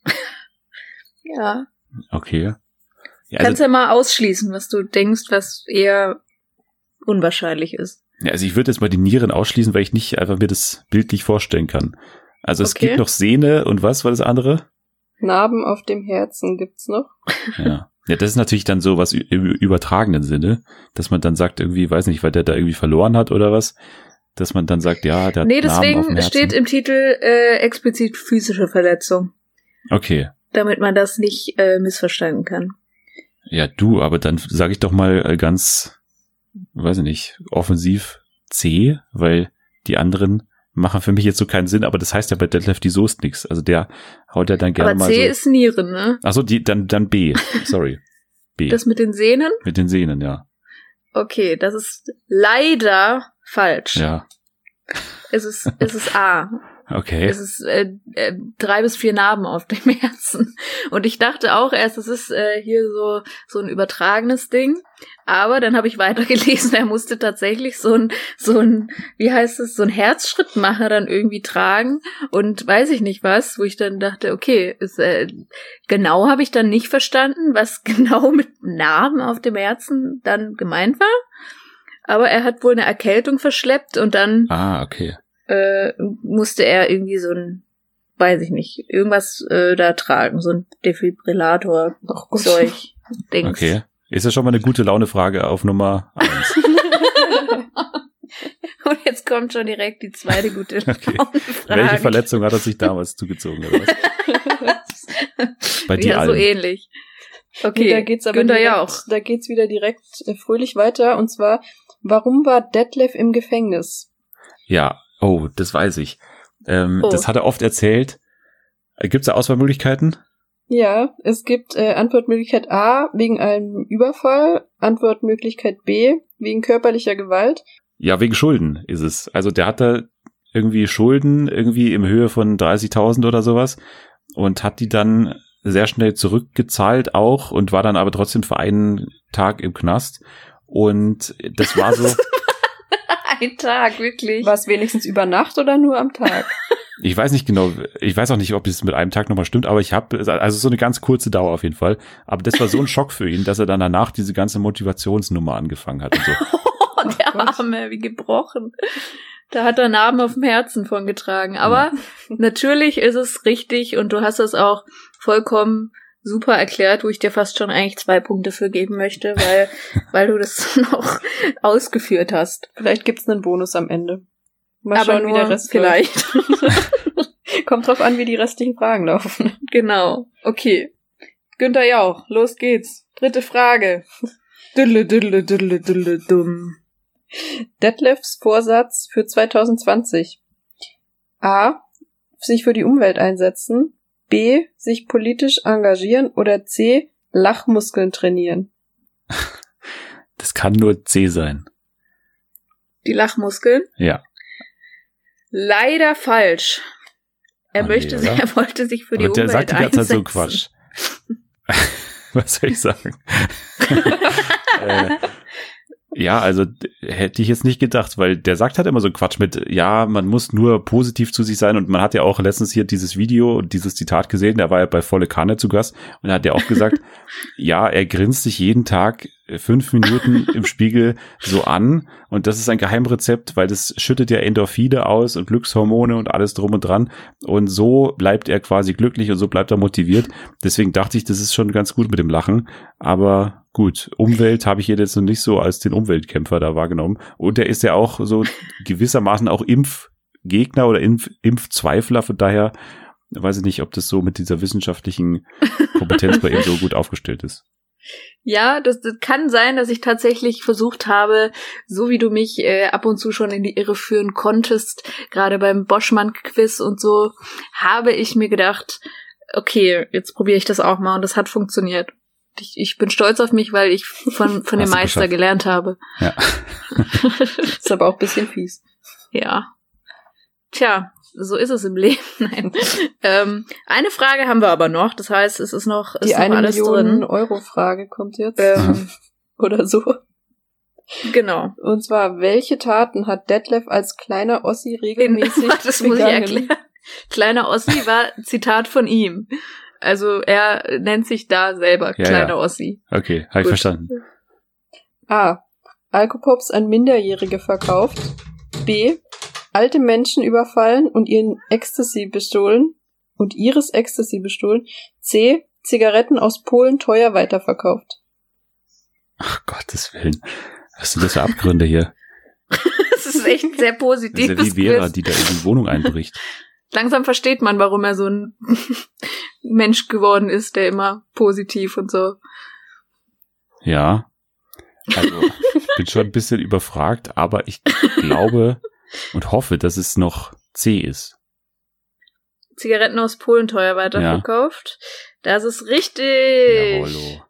Ja. Okay. Ja, Kannst also, ja mal ausschließen, was du denkst, was eher unwahrscheinlich ist. Ja, also ich würde jetzt mal die Nieren ausschließen, weil ich nicht einfach mir das bildlich vorstellen kann. Also es okay. gibt noch Sehne und was war das andere? Narben auf dem Herzen gibt's noch. Ja. Ja, das ist natürlich dann so was im übertragenen Sinne, dass man dann sagt irgendwie, weiß nicht, weil der da irgendwie verloren hat oder was, dass man dann sagt, ja, der hat nee, Narben auf dem deswegen Herzen. steht im Titel äh, explizit physische Verletzung. Okay. Damit man das nicht äh, missverstanden kann. Ja, du, aber dann sage ich doch mal ganz, weiß ich nicht, offensiv C, weil die anderen machen für mich jetzt so keinen Sinn, aber das heißt ja bei Detlef die Soest nix. Also der haut ja dann gerne mal so. Aber C ist Nieren, ne? Ach so, die, dann, dann B. Sorry. B. Das mit den Sehnen? Mit den Sehnen, ja. Okay, das ist leider falsch. Ja. Es ist, es ist A. Okay. Es ist äh, äh, drei bis vier Narben auf dem Herzen. Und ich dachte auch erst, es ist äh, hier so so ein übertragenes Ding. Aber dann habe ich weitergelesen, er musste tatsächlich so ein, so ein, wie heißt es, so ein Herzschrittmacher dann irgendwie tragen und weiß ich nicht was, wo ich dann dachte, okay, ist, äh, genau habe ich dann nicht verstanden, was genau mit Narben auf dem Herzen dann gemeint war. Aber er hat wohl eine Erkältung verschleppt und dann ah, okay. äh, musste er irgendwie so ein, weiß ich nicht, irgendwas äh, da tragen, so ein Defibrillator-Zeug. Dings. Okay. Ist ja schon mal eine gute Laune-Frage auf Nummer eins. Und jetzt kommt schon direkt die zweite gute okay. Laune-Frage. Welche Verletzung hat er sich damals zugezogen? Oder was? Bei dir ja, allen. so ähnlich. Okay, nee, da geht's aber Günther direkt, Jauch. Da geht's wieder direkt äh, fröhlich weiter. Und zwar, warum war Detlef im Gefängnis? Ja, oh, das weiß ich. Ähm, oh. Das hat er oft erzählt. Gibt's da Auswahlmöglichkeiten? Ja, es gibt äh, Antwortmöglichkeit A, wegen einem Überfall, Antwortmöglichkeit B, wegen körperlicher Gewalt. Ja, wegen Schulden ist es. Also der hatte irgendwie Schulden, irgendwie im Höhe von dreißigtausend oder sowas und hat die dann sehr schnell zurückgezahlt auch und war dann aber trotzdem für einen Tag im Knast. Und das war so... Ein Tag, wirklich? War es wenigstens über Nacht oder nur am Tag? Ich weiß nicht genau, ich weiß auch nicht, ob es mit einem Tag nochmal stimmt, aber ich habe, also so eine ganz kurze Dauer auf jeden Fall. Aber das war so ein Schock für ihn, dass er dann danach diese ganze Motivationsnummer angefangen hat und so. Oh, der Arme, wie gebrochen. Da hat er Narben auf dem Herzen von getragen. Aber ja. Natürlich ist es richtig und du hast es auch vollkommen super erklärt, wo ich dir fast schon eigentlich zwei Punkte für geben möchte, weil, weil du das noch ausgeführt hast. Vielleicht gibt's einen Bonus am Ende. Mal Aber schauen, nur wie der Rest vielleicht. Kommt drauf an, wie die restlichen Fragen laufen. Genau. Okay. Günther Jauch, los geht's. Dritte Frage. Düdle, düdle, düdle, düdle, dumm. Detlefs Vorsatz für zwanzig zwanzig. A. Sich für die Umwelt einsetzen. B. Sich politisch engagieren. Oder C. Lachmuskeln trainieren. Das kann nur C sein. Die Lachmuskeln? Ja. Leider falsch. Er Oh, möchte, nee, er wollte sich für die Aber der Umwelt sagt die ganze Zeit so einsetzen. Quatsch. Was soll ich sagen? äh, ja, also d- hätte ich jetzt nicht gedacht, weil der sagt halt immer so Quatsch mit, ja, man muss nur positiv zu sich sein und man hat ja auch letztens hier dieses Video und dieses Zitat gesehen, da war er bei Volle Kanne zu Gast und da hat er auch gesagt, ja, er grinst sich jeden Tag fünf Minuten im Spiegel so an und das ist ein Geheimrezept, weil das schüttet ja Endorphine aus und Glückshormone und alles drum und dran und so bleibt er quasi glücklich und so bleibt er motiviert. Deswegen dachte ich, das ist schon ganz gut mit dem Lachen, aber gut, Umwelt habe ich jetzt noch nicht so als den Umweltkämpfer da wahrgenommen und er ist ja auch so gewissermaßen auch Impfgegner oder Impf Impfzweifler, von daher weiß ich nicht, ob das so mit dieser wissenschaftlichen Kompetenz bei ihm so gut aufgestellt ist. Ja, das, das kann sein, dass ich tatsächlich versucht habe, so wie du mich äh, ab und zu schon in die Irre führen konntest, gerade beim Boschmann-Quiz und so, habe ich mir gedacht, okay, jetzt probiere ich das auch mal und das hat funktioniert. Ich, ich bin stolz auf mich, weil ich von, von dem Hast du Meister geschafft. gelernt habe. Ja. Ist aber auch ein bisschen fies. Ja. Tja, so ist es im Leben. Nein. ähm, eine Frage haben wir aber noch. Das heißt, es ist noch, ist Die noch eine alles Million drin. Euro Frage kommt jetzt. Ähm, Oder so. genau. Und zwar, welche Taten hat Detlef als kleiner Ossi regelmäßig Das muss ich begangen? erklären. Kleiner Ossi war Zitat von ihm. Also er nennt sich da selber Ja, kleiner ja. Ossi. Okay, habe ich Gut. verstanden. A. Alkopops an Minderjährige verkauft. B. Alte Menschen überfallen und ihren Ecstasy bestohlen und ihres Ecstasy bestohlen. C. Zigaretten aus Polen teuer weiterverkauft. Ach Gottes Willen. Was sind das für Abgründe hier? Das ist echt sehr Das positiv. ist ja wie Vera, die da in die Wohnung einbricht. Langsam versteht man, warum er so ein Mensch geworden ist, der immer positiv und so. Ja. Also, ich bin schon ein bisschen überfragt, aber ich glaube und hoffe, dass es noch C ist. Zigaretten aus Polen teuer weiterverkauft. Das ist richtig. Jawollo.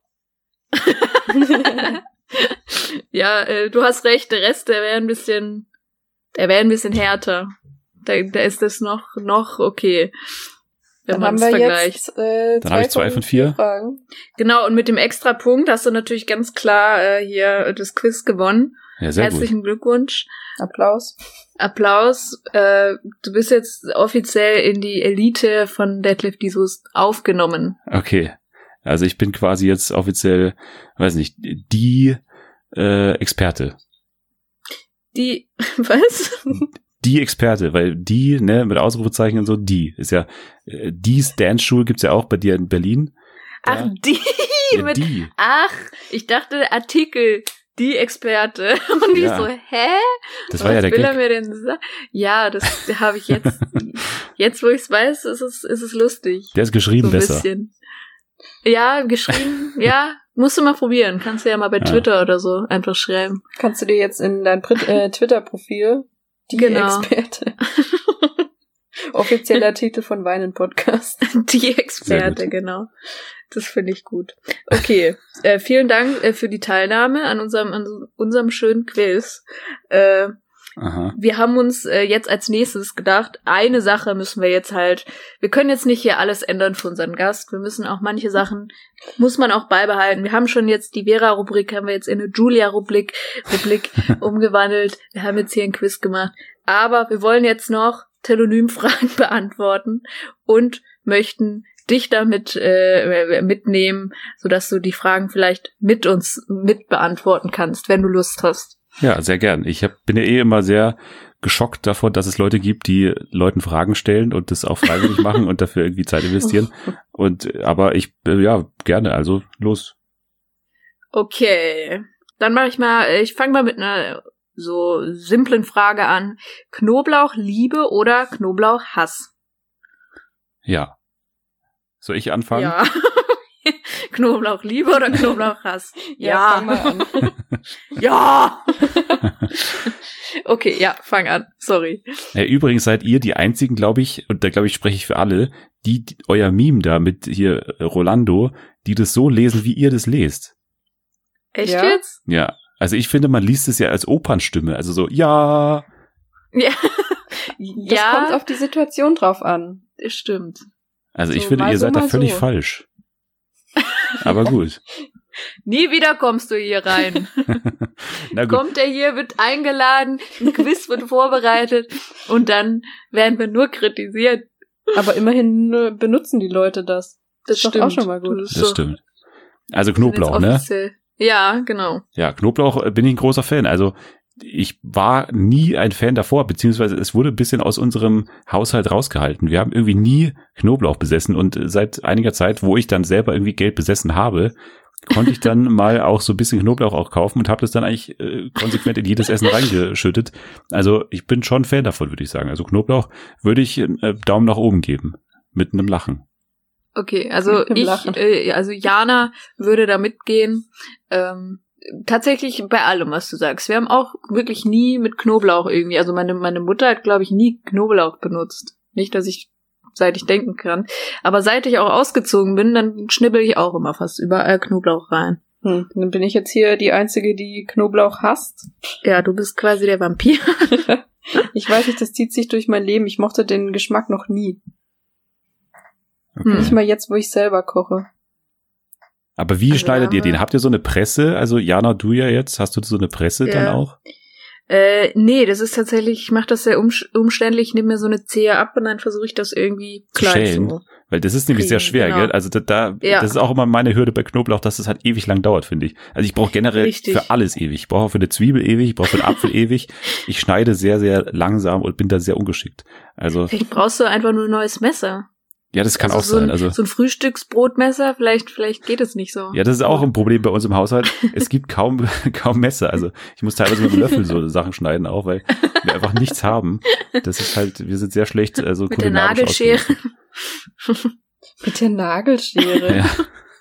Ja, äh, du hast recht, der Rest, der wäre ein bisschen, der wäre ein bisschen härter. Da, da ist das noch, noch okay. Wenn Dann man haben es wir vergleicht. jetzt äh, Dann habe ich zwei von vier. Fragen. Genau, und mit dem Extrapunkt hast du natürlich ganz klar äh, hier das Quiz gewonnen. Ja, sehr Herzlichen Glückwunsch. Applaus. Applaus. Äh, du bist jetzt offiziell in die Elite von Detlef Disus aufgenommen. gut. Okay. Also ich bin quasi jetzt offiziell, weiß nicht, die äh, Experte. Die, was? Die Experte, weil die, ne, mit Ausrufezeichen und so, die. Ist ja, äh, die Dance-Schule gibt's ja auch bei dir in Berlin. Ach, Ja. die Ja, mit, die. ach, ich dachte Artikel, die Experte. Und ich Ja. so, hä? Das war ja der Was will er Gag. mir denn sagen? Ja, das habe ich jetzt, jetzt wo ich es weiß, ist es, ist es lustig. Der ist geschrieben So ein besser. bisschen. Ja, geschrieben, ja, musst du mal probieren. Kannst du ja mal bei Ja. Twitter oder so einfach schreiben. Kannst du dir jetzt in dein Prit- äh, Twitter-Profil die Genau. Experte. Offizieller Titel von Weinen Podcast. Die Experte, Sehr genau. Das finde ich gut. Okay, äh, vielen Dank äh, für die Teilnahme an unserem, an unserem schönen Quiz. Äh, Aha. wir haben uns äh, jetzt als nächstes gedacht, eine Sache müssen wir jetzt halt, wir können jetzt nicht hier alles ändern für unseren Gast, wir müssen auch manche Sachen, muss man auch beibehalten. Wir haben schon jetzt die Vera-Rubrik, haben wir jetzt in eine Julia-Rubrik Rubrik umgewandelt, wir haben jetzt hier ein Quiz gemacht, aber wir wollen jetzt noch Telonym-Fragen beantworten und möchten dich damit äh, mitnehmen, sodass du die Fragen vielleicht mit uns mit beantworten kannst, wenn du Lust hast. Ja, sehr gern. Ich hab, bin ja eh immer sehr geschockt davon, dass es Leute gibt, die Leuten Fragen stellen und das auch freiwillig machen und dafür irgendwie Zeit investieren. Und aber ich, äh, ja, gerne, also los. Okay, dann mache ich mal, ich fange mal mit einer so simplen Frage an. Knoblauchliebe oder Knoblauchhass? Ja. Soll ich anfangen? Ja. Knoblauchliebe oder Knoblauchhass? Ja, Ja. fang mal an. Ja. Okay, ja, fang an. Sorry. Ja, übrigens seid ihr die einzigen, glaube ich, und da glaube ich, spreche ich für alle, die, die euer Meme da mit hier äh, Rolando, die das so lesen, wie ihr das lest. Echt Ja? jetzt? Ja. Also ich finde, man liest es ja als Opernstimme, also so, ja. Ja. Das ja, kommt auf die Situation drauf an. stimmt. Also ich So, finde, mal ihr so, seid da mal völlig so. falsch. Aber gut. Nie wieder kommst du hier rein. Na gut. Kommt er hier, wird eingeladen, ein Quiz wird vorbereitet und dann werden wir nur kritisiert. Aber immerhin äh, benutzen die Leute das. Das ist doch stimmt. auch schon mal gut. Das ist Das so- stimmt. Also jetzt Knoblauch, ne? offiziell. Ja, genau. Ja, Knoblauch äh, bin ich ein großer Fan. Also ich war nie ein Fan davor, beziehungsweise es wurde ein bisschen aus unserem Haushalt rausgehalten. Wir haben irgendwie nie Knoblauch besessen und seit einiger Zeit, wo ich dann selber irgendwie Geld besessen habe, konnte ich dann mal auch so ein bisschen Knoblauch auch kaufen und habe das dann eigentlich äh, konsequent in jedes Essen reingeschüttet. Also ich bin schon Fan davon, würde ich sagen. Also Knoblauch würde ich äh, Daumen nach oben geben. Mit einem Lachen. Okay, also Mit dem ich, Lachen. äh, also Jana würde da mitgehen. Ähm, tatsächlich bei allem, was du sagst. Wir haben auch wirklich nie mit Knoblauch irgendwie, also meine, meine Mutter hat, glaube ich, nie Knoblauch benutzt. Nicht, dass ich, seit ich denken kann. Aber seit ich auch ausgezogen bin, dann schnibbel ich auch immer fast überall Knoblauch rein. Hm, dann bin ich jetzt hier die Einzige, die Knoblauch hasst. Ja, du bist quasi der Vampir. Ich weiß nicht, das zieht sich durch mein Leben. Ich mochte den Geschmack noch nie. Okay. Nicht mal jetzt, wo ich selber koche. Aber wie Also schneidet haben ihr den? wir- Habt ihr so eine Presse? Also Jana, du ja jetzt, hast du so eine Presse Ja. dann auch? Äh, nee, das ist tatsächlich, ich mache das sehr um, umständlich, ich nehme mir so eine Zehe ab und dann versuche ich das irgendwie Zu klein schälen. zu. Weil das ist nämlich sehr Kriegen, schwer, genau. gell? Also da, da Ja. das ist auch immer meine Hürde bei Knoblauch, dass es halt ewig lang dauert, finde ich. Also ich brauche generell Richtig. für alles ewig. Ich brauche für eine Zwiebel ewig, ich brauche für einen Apfel ewig. Ich schneide sehr, sehr langsam und bin da sehr ungeschickt. Also Vielleicht brauchst du einfach nur ein neues Messer. ja, das kann also auch so sein. Ein, Also so ein Frühstücksbrotmesser, vielleicht, vielleicht geht es nicht so. ja, das ist auch ein Problem bei uns im Haushalt. Es gibt kaum kaum Messer. Also ich muss teilweise mit dem Löffel so Sachen schneiden auch, weil wir einfach nichts haben. Das ist halt, wir sind sehr schlecht also Mit der kulinarisch Nagelschere. ausgerüstet. Mit der Nagelschere. Ja.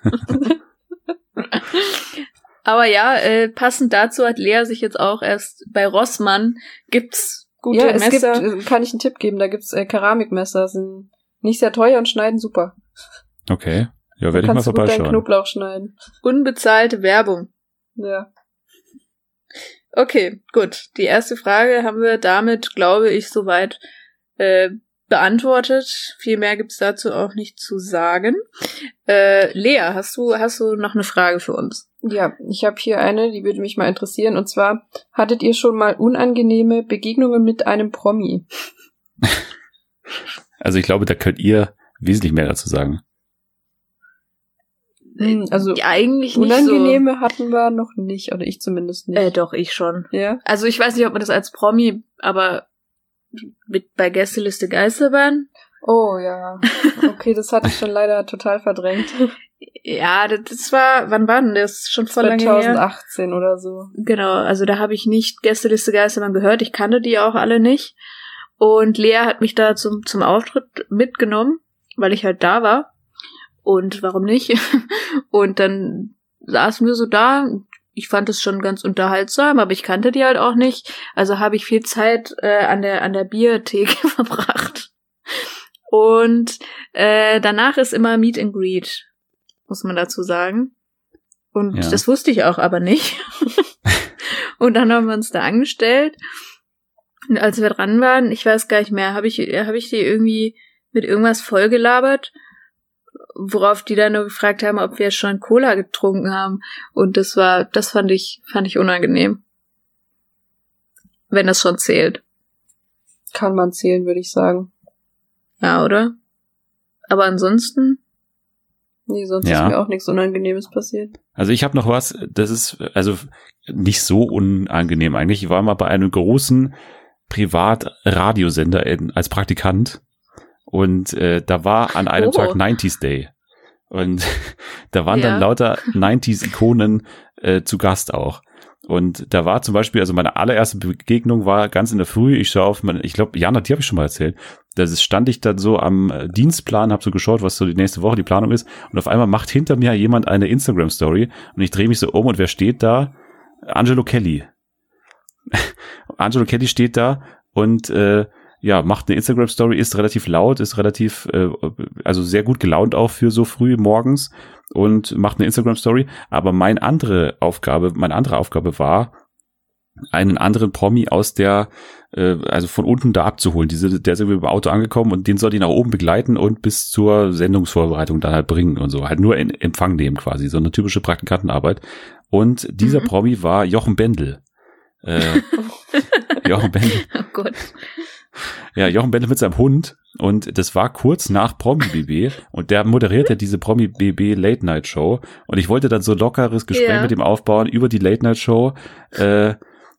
Aber ja, äh, passend dazu hat Lea sich jetzt auch erst bei Rossmann gibt's gute Ja, es Messer. gibt, kann ich einen Tipp geben, da gibt's äh, Keramikmesser, sind nicht sehr teuer und schneiden super. Okay. Ja, Da werde ich mal kannst du gut deinen vorbeischauen. Knoblauch schneiden. Unbezahlte Werbung. Ja. Okay, gut. Die erste Frage haben wir damit, glaube ich, soweit äh, beantwortet. Viel mehr gibt's dazu auch nicht zu sagen. Äh, Lea, hast du hast du noch eine Frage für uns? Ja, ich habe hier eine, die würde mich mal interessieren. Und zwar, hattet ihr schon mal unangenehme Begegnungen mit einem Promi? Also ich glaube, da könnt ihr wesentlich mehr dazu sagen. Hm, also Ja, eigentlich nicht unangenehme hatten wir noch nicht, oder ich zumindest so. nicht. Äh, doch, ich schon. Ja? Also ich weiß nicht, ob man das als Promi, aber mit bei Gästeliste Geisterbahn. Oh ja. Okay, das hatte ich schon leider total verdrängt. Ja, das, das war, wann war denn das? Schon voll lange her. zwanzig achtzehn oder so. Genau, also da habe ich nicht Gästeliste Geisterbahn gehört. Ich kannte die auch alle nicht. Und Lea hat mich da zum, zum Auftritt mitgenommen, weil ich halt da war. Und warum nicht? Und dann saßen wir so da. Ich fand es schon ganz unterhaltsam, aber ich kannte die halt auch nicht. Also habe ich viel Zeit äh, an der an der Biertheke verbracht. Und äh, danach ist immer Meet and Greet, muss man dazu sagen. Und Ja. das wusste ich auch aber nicht. Und dann haben wir uns da angestellt. Und als wir dran waren, ich weiß gar nicht mehr, habe ich, hab ich die irgendwie mit irgendwas vollgelabert, worauf die dann nur gefragt haben, ob wir schon Cola getrunken haben. Und das war, das fand ich, fand ich unangenehm. Wenn das schon zählt. Kann man zählen, würde ich sagen. Ja, oder? Aber ansonsten, Nee, sonst Ja. ist mir auch nichts Unangenehmes passiert. Also ich habe noch was, das ist also nicht so unangenehm eigentlich. Ich war mal bei einem großen Privatradiosender in, als Praktikant und äh, da war an einem Oh. Tag neunziger Day und da waren Ja. dann lauter neunziger Ikonen äh, zu Gast auch. Und da war zum Beispiel, also meine allererste Begegnung war ganz in der Früh, ich schaue auf meine, ich glaube, Jana, die habe ich schon mal erzählt, da stand ich dann so am Dienstplan, habe so geschaut, was so die nächste Woche die Planung ist und auf einmal macht hinter mir jemand eine Instagram-Story und ich drehe mich so um und wer steht da? Angelo Kelly. Angelo Kelly steht da und äh, ja, macht eine Instagram-Story, ist relativ laut, ist relativ, äh, also sehr gut gelaunt auch für so früh morgens und macht eine Instagram-Story. Aber meine andere Aufgabe, meine andere Aufgabe war, einen anderen Promi aus der, äh, also von unten da abzuholen. Diese, der ist irgendwie im Auto angekommen und den soll die nach oben begleiten und bis zur Sendungsvorbereitung dann halt bringen und so. Halt nur in Empfang nehmen quasi, so eine typische Praktikantenarbeit. Und dieser mhm. Promi war Jochen Bendel. Äh, Jochen Bendel. Oh Gott. Ja, Jochen Bendel mit seinem Hund und das war kurz nach Promi-B B und der moderierte diese Promi-B B Late-Night-Show und ich wollte dann so lockeres Gespräch yeah. mit ihm aufbauen über die Late-Night-Show äh,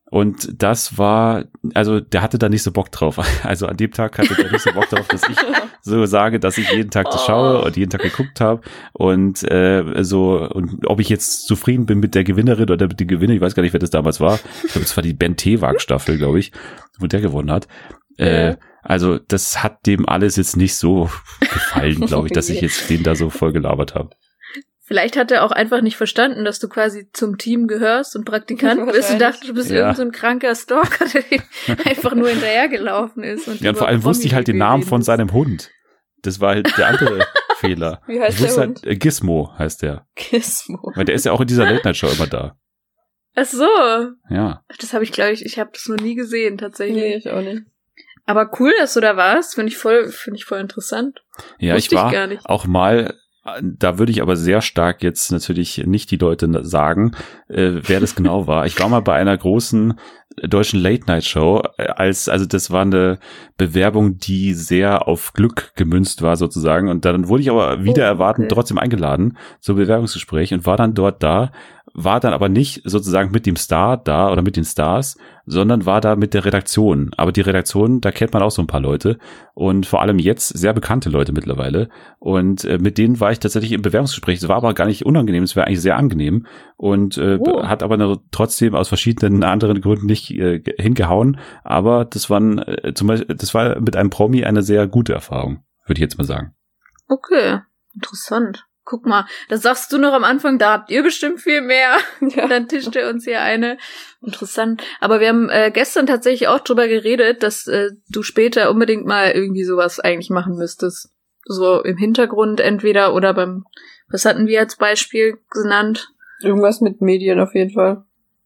und das war, also der hatte da nicht so Bock drauf, also an dem Tag hatte der nicht so Bock drauf, dass ich so sage, dass ich jeden Tag das schaue und jeden Tag geguckt habe und äh, so und ob ich jetzt zufrieden bin mit der Gewinnerin oder mit dem Gewinner, ich weiß gar nicht, wer das damals war, ich glaube, es war die Ben Tewag-Staffel, glaube ich, wo der gewonnen hat. Äh, also das hat dem alles jetzt nicht so gefallen, glaube ich, dass ich jetzt den da so voll gelabert habe. Vielleicht hat er auch einfach nicht verstanden, dass du quasi zum Team gehörst und Praktikant bist und dachte, du bist ja. irgend so ein kranker Stalker, der einfach nur hinterhergelaufen ist. Und, ja, und vor allem wusste ich halt den Namen von seinem Hund. Das war halt der andere Fehler. Wie heißt ich wusste der Hund? Halt, äh, Gizmo heißt der. Gizmo. Weil der ist ja auch in dieser Late-Night-Show immer da. Ach so. Ja. Das habe ich, glaube ich, ich habe das noch nie gesehen, tatsächlich. Nee, ich auch nicht. Aber cool, dass du da warst, finde ich voll, finde ich voll interessant. Ja, Wusste ich war ich gar nicht. auch mal, da würde ich aber sehr stark jetzt natürlich nicht die Leute sagen, äh, wer das genau war. Ich war mal bei einer großen deutschen Late-Night-Show, als, also das war eine Bewerbung, die sehr auf Glück gemünzt war sozusagen und dann wurde ich aber wieder oh, erwarten okay. trotzdem eingeladen zum Bewerbungsgespräch und war dann dort da, war dann aber nicht sozusagen mit dem Star da oder mit den Stars, sondern war da mit der Redaktion. Aber die Redaktion, da kennt man auch so ein paar Leute und vor allem jetzt sehr bekannte Leute mittlerweile. Und äh, mit denen war ich tatsächlich im Bewerbungsgespräch. Es war aber gar nicht unangenehm, es war eigentlich sehr angenehm und äh, oh. hat aber noch trotzdem aus verschiedenen anderen Gründen nicht äh, hingehauen. Aber das waren äh, zum Beispiel, das war mit einem Promi eine sehr gute Erfahrung, würde ich jetzt mal sagen. Okay, interessant. Guck mal, das sagst du noch am Anfang, da habt ihr bestimmt viel mehr. Ja. Dann tischt ihr uns hier eine. Interessant. Aber wir haben äh, gestern tatsächlich auch drüber geredet, dass äh, du später unbedingt mal irgendwie sowas eigentlich machen müsstest. So im Hintergrund entweder oder beim, was hatten wir als Beispiel genannt? Irgendwas mit Medien auf jeden Fall.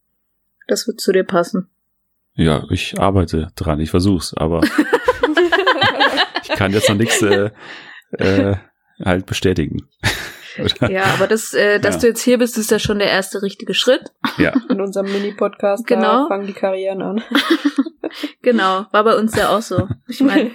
Das wird zu dir passen. Ja, ich arbeite dran, ich versuch's, aber ich kann jetzt noch nichts äh, äh, halt bestätigen. Oder? Ja, aber das, äh, dass ja. du jetzt hier bist, ist ja schon der erste richtige Schritt. Ja. In unserem Mini-Podcast, genau. Da fangen die Karrieren an. Genau, war bei uns ja auch so. Ich meine,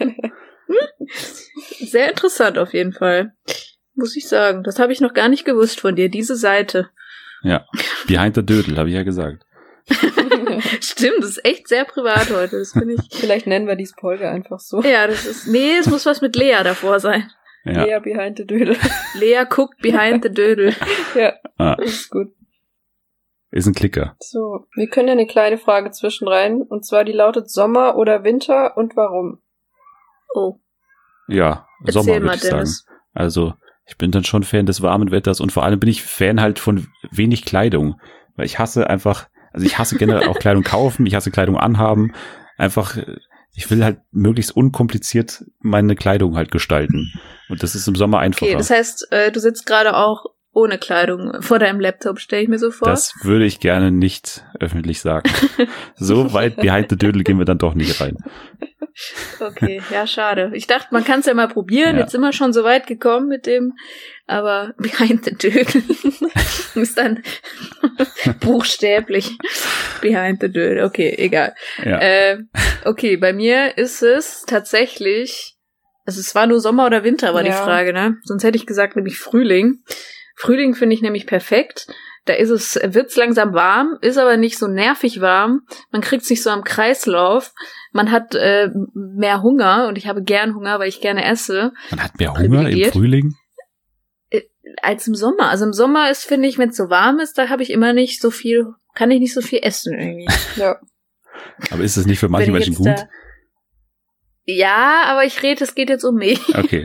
sehr interessant auf jeden Fall, muss ich sagen. Das habe ich noch gar nicht gewusst von dir, diese Seite. Ja, behind the Dödel, habe ich ja gesagt. Stimmt, das ist echt sehr privat heute, das finde ich. Vielleicht nennen wir diese Folge einfach so. Ja, das ist, nee, es muss was mit Lea davor sein. Ja. Lea behind the Dödel. Lea guckt behind the Dödel. Ja, ah. das ist gut. Ist ein Klicker. So, wir können ja eine kleine Frage zwischenrein. Und zwar, die lautet Sommer oder Winter und warum? Oh. Ja, Erzähl Sommer, würde mal, ich sagen. Dennis. Also, ich bin dann schon Fan des warmen Wetters und vor allem bin ich Fan halt von wenig Kleidung. Weil ich hasse einfach, also ich hasse generell auch Kleidung kaufen, ich hasse Kleidung anhaben. Einfach, ich will halt möglichst unkompliziert meine Kleidung halt gestalten. Und das ist im Sommer einfacher. Okay, das heißt, äh, du sitzt gerade auch ohne Kleidung vor deinem Laptop, stelle ich mir so vor. Das würde ich gerne nicht öffentlich sagen. So weit behind the Dödel gehen wir dann doch nicht rein. Okay, ja, schade. Ich dachte, man kann es ja mal probieren. Ja. Jetzt sind wir schon so weit gekommen mit dem, aber behind the Dödel ist dann buchstäblich behind the Dödel. Okay, egal. Ja. Äh, okay, bei mir ist es tatsächlich, also es war nur Sommer oder Winter, war ja. die Frage, ne? Sonst hätte ich gesagt, nämlich Frühling. Frühling finde ich nämlich perfekt. Da ist es, wird's langsam warm, ist aber nicht so nervig warm. Man kriegt's nicht so am Kreislauf. Man hat äh, mehr Hunger und ich habe gern Hunger, weil ich gerne esse. Man hat mehr Hunger im Frühling? Äh, als im Sommer. Also im Sommer ist, finde ich, wenn es so warm ist, da habe ich immer nicht so viel kann ich nicht so viel essen irgendwie. Ja. Aber ist das nicht für manche Menschen gut? Da, ja, aber ich rede, es geht jetzt um mich. Okay.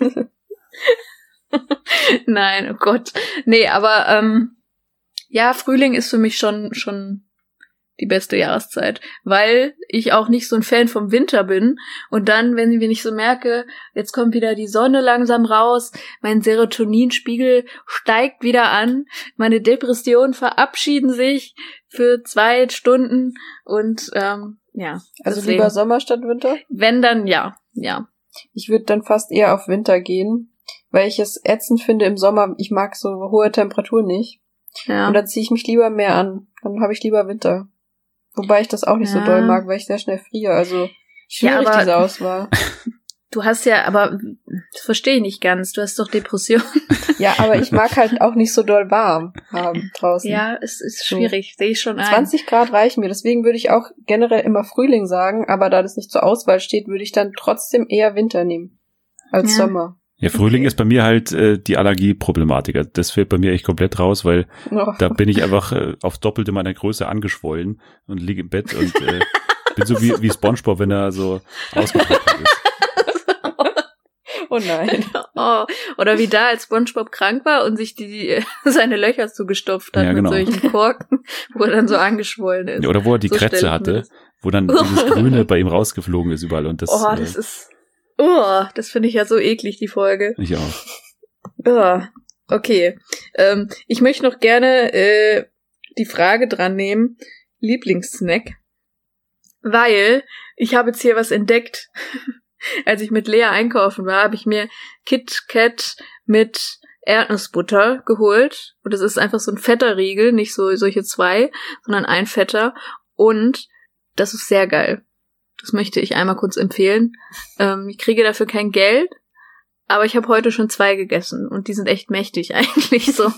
Nein, oh Gott. Nee, aber ähm, ja, Frühling ist für mich schon schon die beste Jahreszeit, weil ich auch nicht so ein Fan vom Winter bin und dann, wenn ich nicht so merke, jetzt kommt wieder die Sonne langsam raus, mein Serotoninspiegel steigt wieder an, meine Depressionen verabschieden sich für zwei Stunden und ähm, ja. Also deswegen, lieber Sommer statt Winter? Wenn dann, ja, ja. Ich würde dann fast eher auf Winter gehen, weil ich es ätzend finde im Sommer, ich mag so hohe Temperaturen nicht. Ja. Und dann ziehe ich mich lieber mehr an. Dann habe ich lieber Winter. Wobei ich das auch nicht ja. so doll mag, weil ich sehr schnell friere. Also schwierig, ja, aber diese Auswahl. Du hast ja, aber das verstehe ich nicht ganz. Du hast doch Depression. Ja, aber ich mag halt auch nicht so doll warm haben draußen. Ja, es ist schwierig. So. Sehe ich schon ein. zwanzig Grad reichen mir. Deswegen würde ich auch generell immer Frühling sagen. Aber da das nicht zur Auswahl steht, würde ich dann trotzdem eher Winter nehmen als ja. Sommer. Ja, Frühling ist bei mir halt äh, die Allergieproblematik. Das fällt bei mir echt komplett raus, weil oh. da bin ich einfach äh, auf doppelte meiner Größe angeschwollen und liege im Bett und äh, bin so wie, wie SpongeBob, wenn er so ausgetrocknet ist. Oh nein. Oh, oder wie da, als SpongeBob krank war und sich die seine Löcher zugestopft hat ja, genau. mit solchen Korken, wo er dann so angeschwollen ist. Oder wo er die so Krätze hatte, wo dann dieses Grüne bei ihm rausgeflogen ist überall. Und das, oh, das äh, ist... Oh, das finde ich ja so eklig, die Folge. Ich auch. Oh, okay. Ähm, ich möchte noch gerne äh, die Frage dran nehmen, Lieblingssnack, weil ich habe jetzt hier was entdeckt. Als ich mit Lea einkaufen war, habe ich mir Kit Kat mit Erdnussbutter geholt. Und das ist einfach so ein fetter Riegel, nicht so solche zwei, sondern ein fetter. Und das ist sehr geil. Das möchte ich einmal kurz empfehlen. Ähm, ich kriege dafür kein Geld, aber ich habe heute schon zwei gegessen und die sind echt mächtig eigentlich so.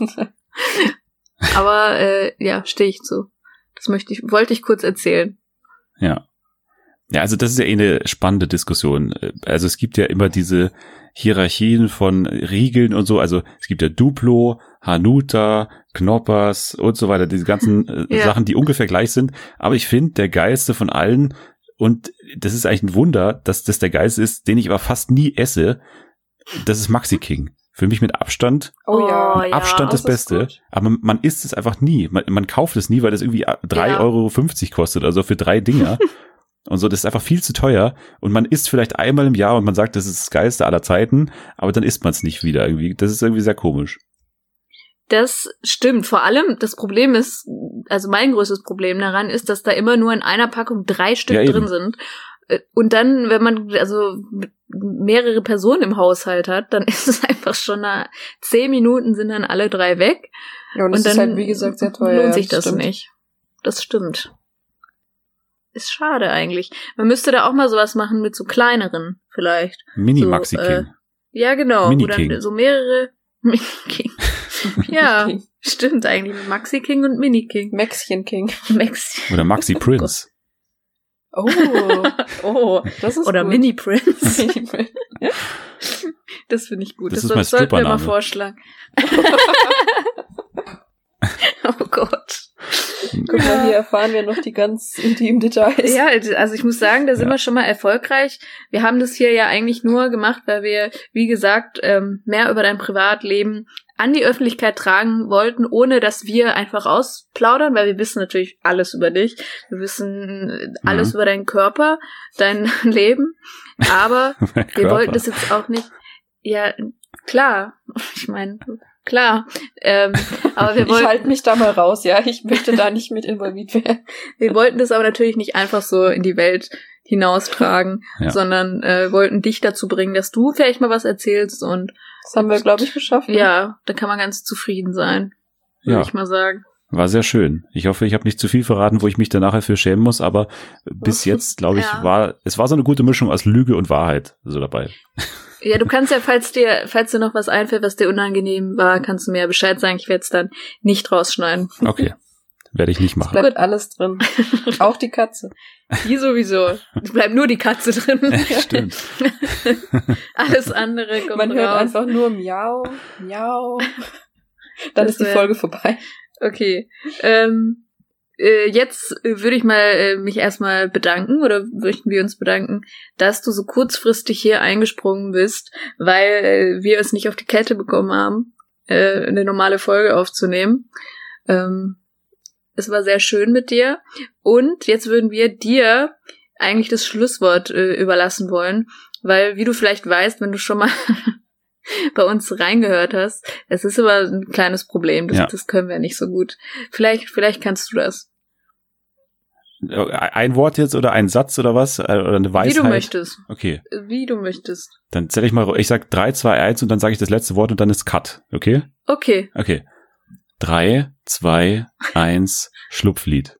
Aber äh, ja, stehe ich zu. Das möchte ich, wollte ich kurz erzählen. Ja. Ja, also das ist ja eh eine spannende Diskussion. Also es gibt ja immer diese Hierarchien von Riegeln und so. Also es gibt ja Duplo, Hanuta, Knoppers und so weiter. Diese ganzen äh, ja. Sachen, die ungefähr gleich sind. Aber ich finde, der geilste von allen, und das ist eigentlich ein Wunder, dass das der geilste ist, den ich aber fast nie esse, das ist Maxi King. Für mich mit Abstand, oh ja, mit Abstand ja, das Beste. Gut. Aber man, man isst es einfach nie. Man, man kauft es nie, weil das irgendwie drei Euro fünfzig kostet, also für drei Dinger. Und so, das ist einfach viel zu teuer. Und man isst vielleicht einmal im Jahr und man sagt, das ist das Geilste aller Zeiten, aber dann isst man es nicht wieder irgendwie. Das ist irgendwie sehr komisch. Das stimmt. Vor allem, das Problem ist, also mein größtes Problem daran ist, dass da immer nur in einer Packung drei Stück ja, drin sind. Und dann, wenn man also mehrere Personen im Haushalt hat, dann ist es einfach schon nach zehn Minuten sind dann alle drei weg. Ja, und das und dann ist halt, wie gesagt, sehr teuer. Lohnt sich ja, das das stimmt. nicht. Das stimmt. Ist schade eigentlich. Man müsste da auch mal sowas machen mit so kleineren, vielleicht. Mini-Maxi so, King. Äh, ja, genau. Mini wo King. dann so mehrere Mini King. Ja, stimmt eigentlich. Mit Maxi King und Mini King. Maxchen King. Maxi. Oder Maxi Prince. Oh, oh, das ist Oder gut. Mini Prince. Das finde ich gut. Das Das, ist mein das sollten wir mal Strippername. vorschlagen. Oh Gott. Guck mal, hier erfahren wir noch die ganz intimen Details. Ja, also ich muss sagen, da sind Ja. wir schon mal erfolgreich. Wir haben das hier ja eigentlich nur gemacht, weil wir, wie gesagt, ähm, mehr über dein Privatleben an die Öffentlichkeit tragen wollten, ohne dass wir einfach ausplaudern, weil wir wissen natürlich alles über dich. Wir wissen alles Mhm. über deinen Körper, dein Leben. Aber wir Körper. wollten das jetzt auch nicht. Ja, klar. Ich meine, klar. Ähm, aber wir Ich wollten. halte mich da mal raus, ja. Ich möchte da nicht mit involviert werden. Wir wollten das aber natürlich nicht einfach so in die Welt hinaustragen, Ja. sondern äh, wollten dich dazu bringen, dass du vielleicht mal was erzählst und Das haben wir, glaube ich, geschafft. ne? ja, da kann man ganz zufrieden sein, würde Ja. ich mal sagen. War sehr schön. Ich hoffe, ich habe nicht zu viel verraten, wo ich mich dann nachher für schämen muss, aber bis jetzt, glaube ich, Ja. war, es war so eine gute Mischung aus Lüge und Wahrheit so dabei. Ja, du kannst ja, falls dir, falls dir noch was einfällt, was dir unangenehm war, kannst du mir ja Bescheid sagen. Ich werde es dann nicht rausschneiden. Okay. Werde ich nicht Es machen. bleibt alles drin. Auch die Katze. Die sowieso. Es bleibt nur die Katze drin. Ja, stimmt. Alles andere kommt Man hört raus. einfach nur Miau, Miau. Dann Das ist die wär- Folge vorbei. Okay. Ähm, äh, jetzt würde ich mal äh, mich erstmal bedanken oder möchten wir uns bedanken, dass du so kurzfristig hier eingesprungen bist, weil äh, wir es nicht auf die Kette bekommen haben, äh, eine normale Folge aufzunehmen. Ähm, es war sehr schön mit dir und jetzt würden wir dir eigentlich das Schlusswort äh, überlassen wollen, weil, wie du vielleicht weißt, wenn du schon mal bei uns reingehört hast, es ist aber ein kleines Problem, das, ja. das können wir nicht so gut. Vielleicht, vielleicht kannst du das. Ein Wort jetzt oder ein Satz oder was? Oder eine Weisheit? Wie du möchtest. Okay. Wie du möchtest. Dann zähle ich mal, ich sag drei, zwei, eins und dann sage ich das letzte Wort und dann ist Cut, okay? Okay. Okay. drei, zwei, eins, Schlupflied.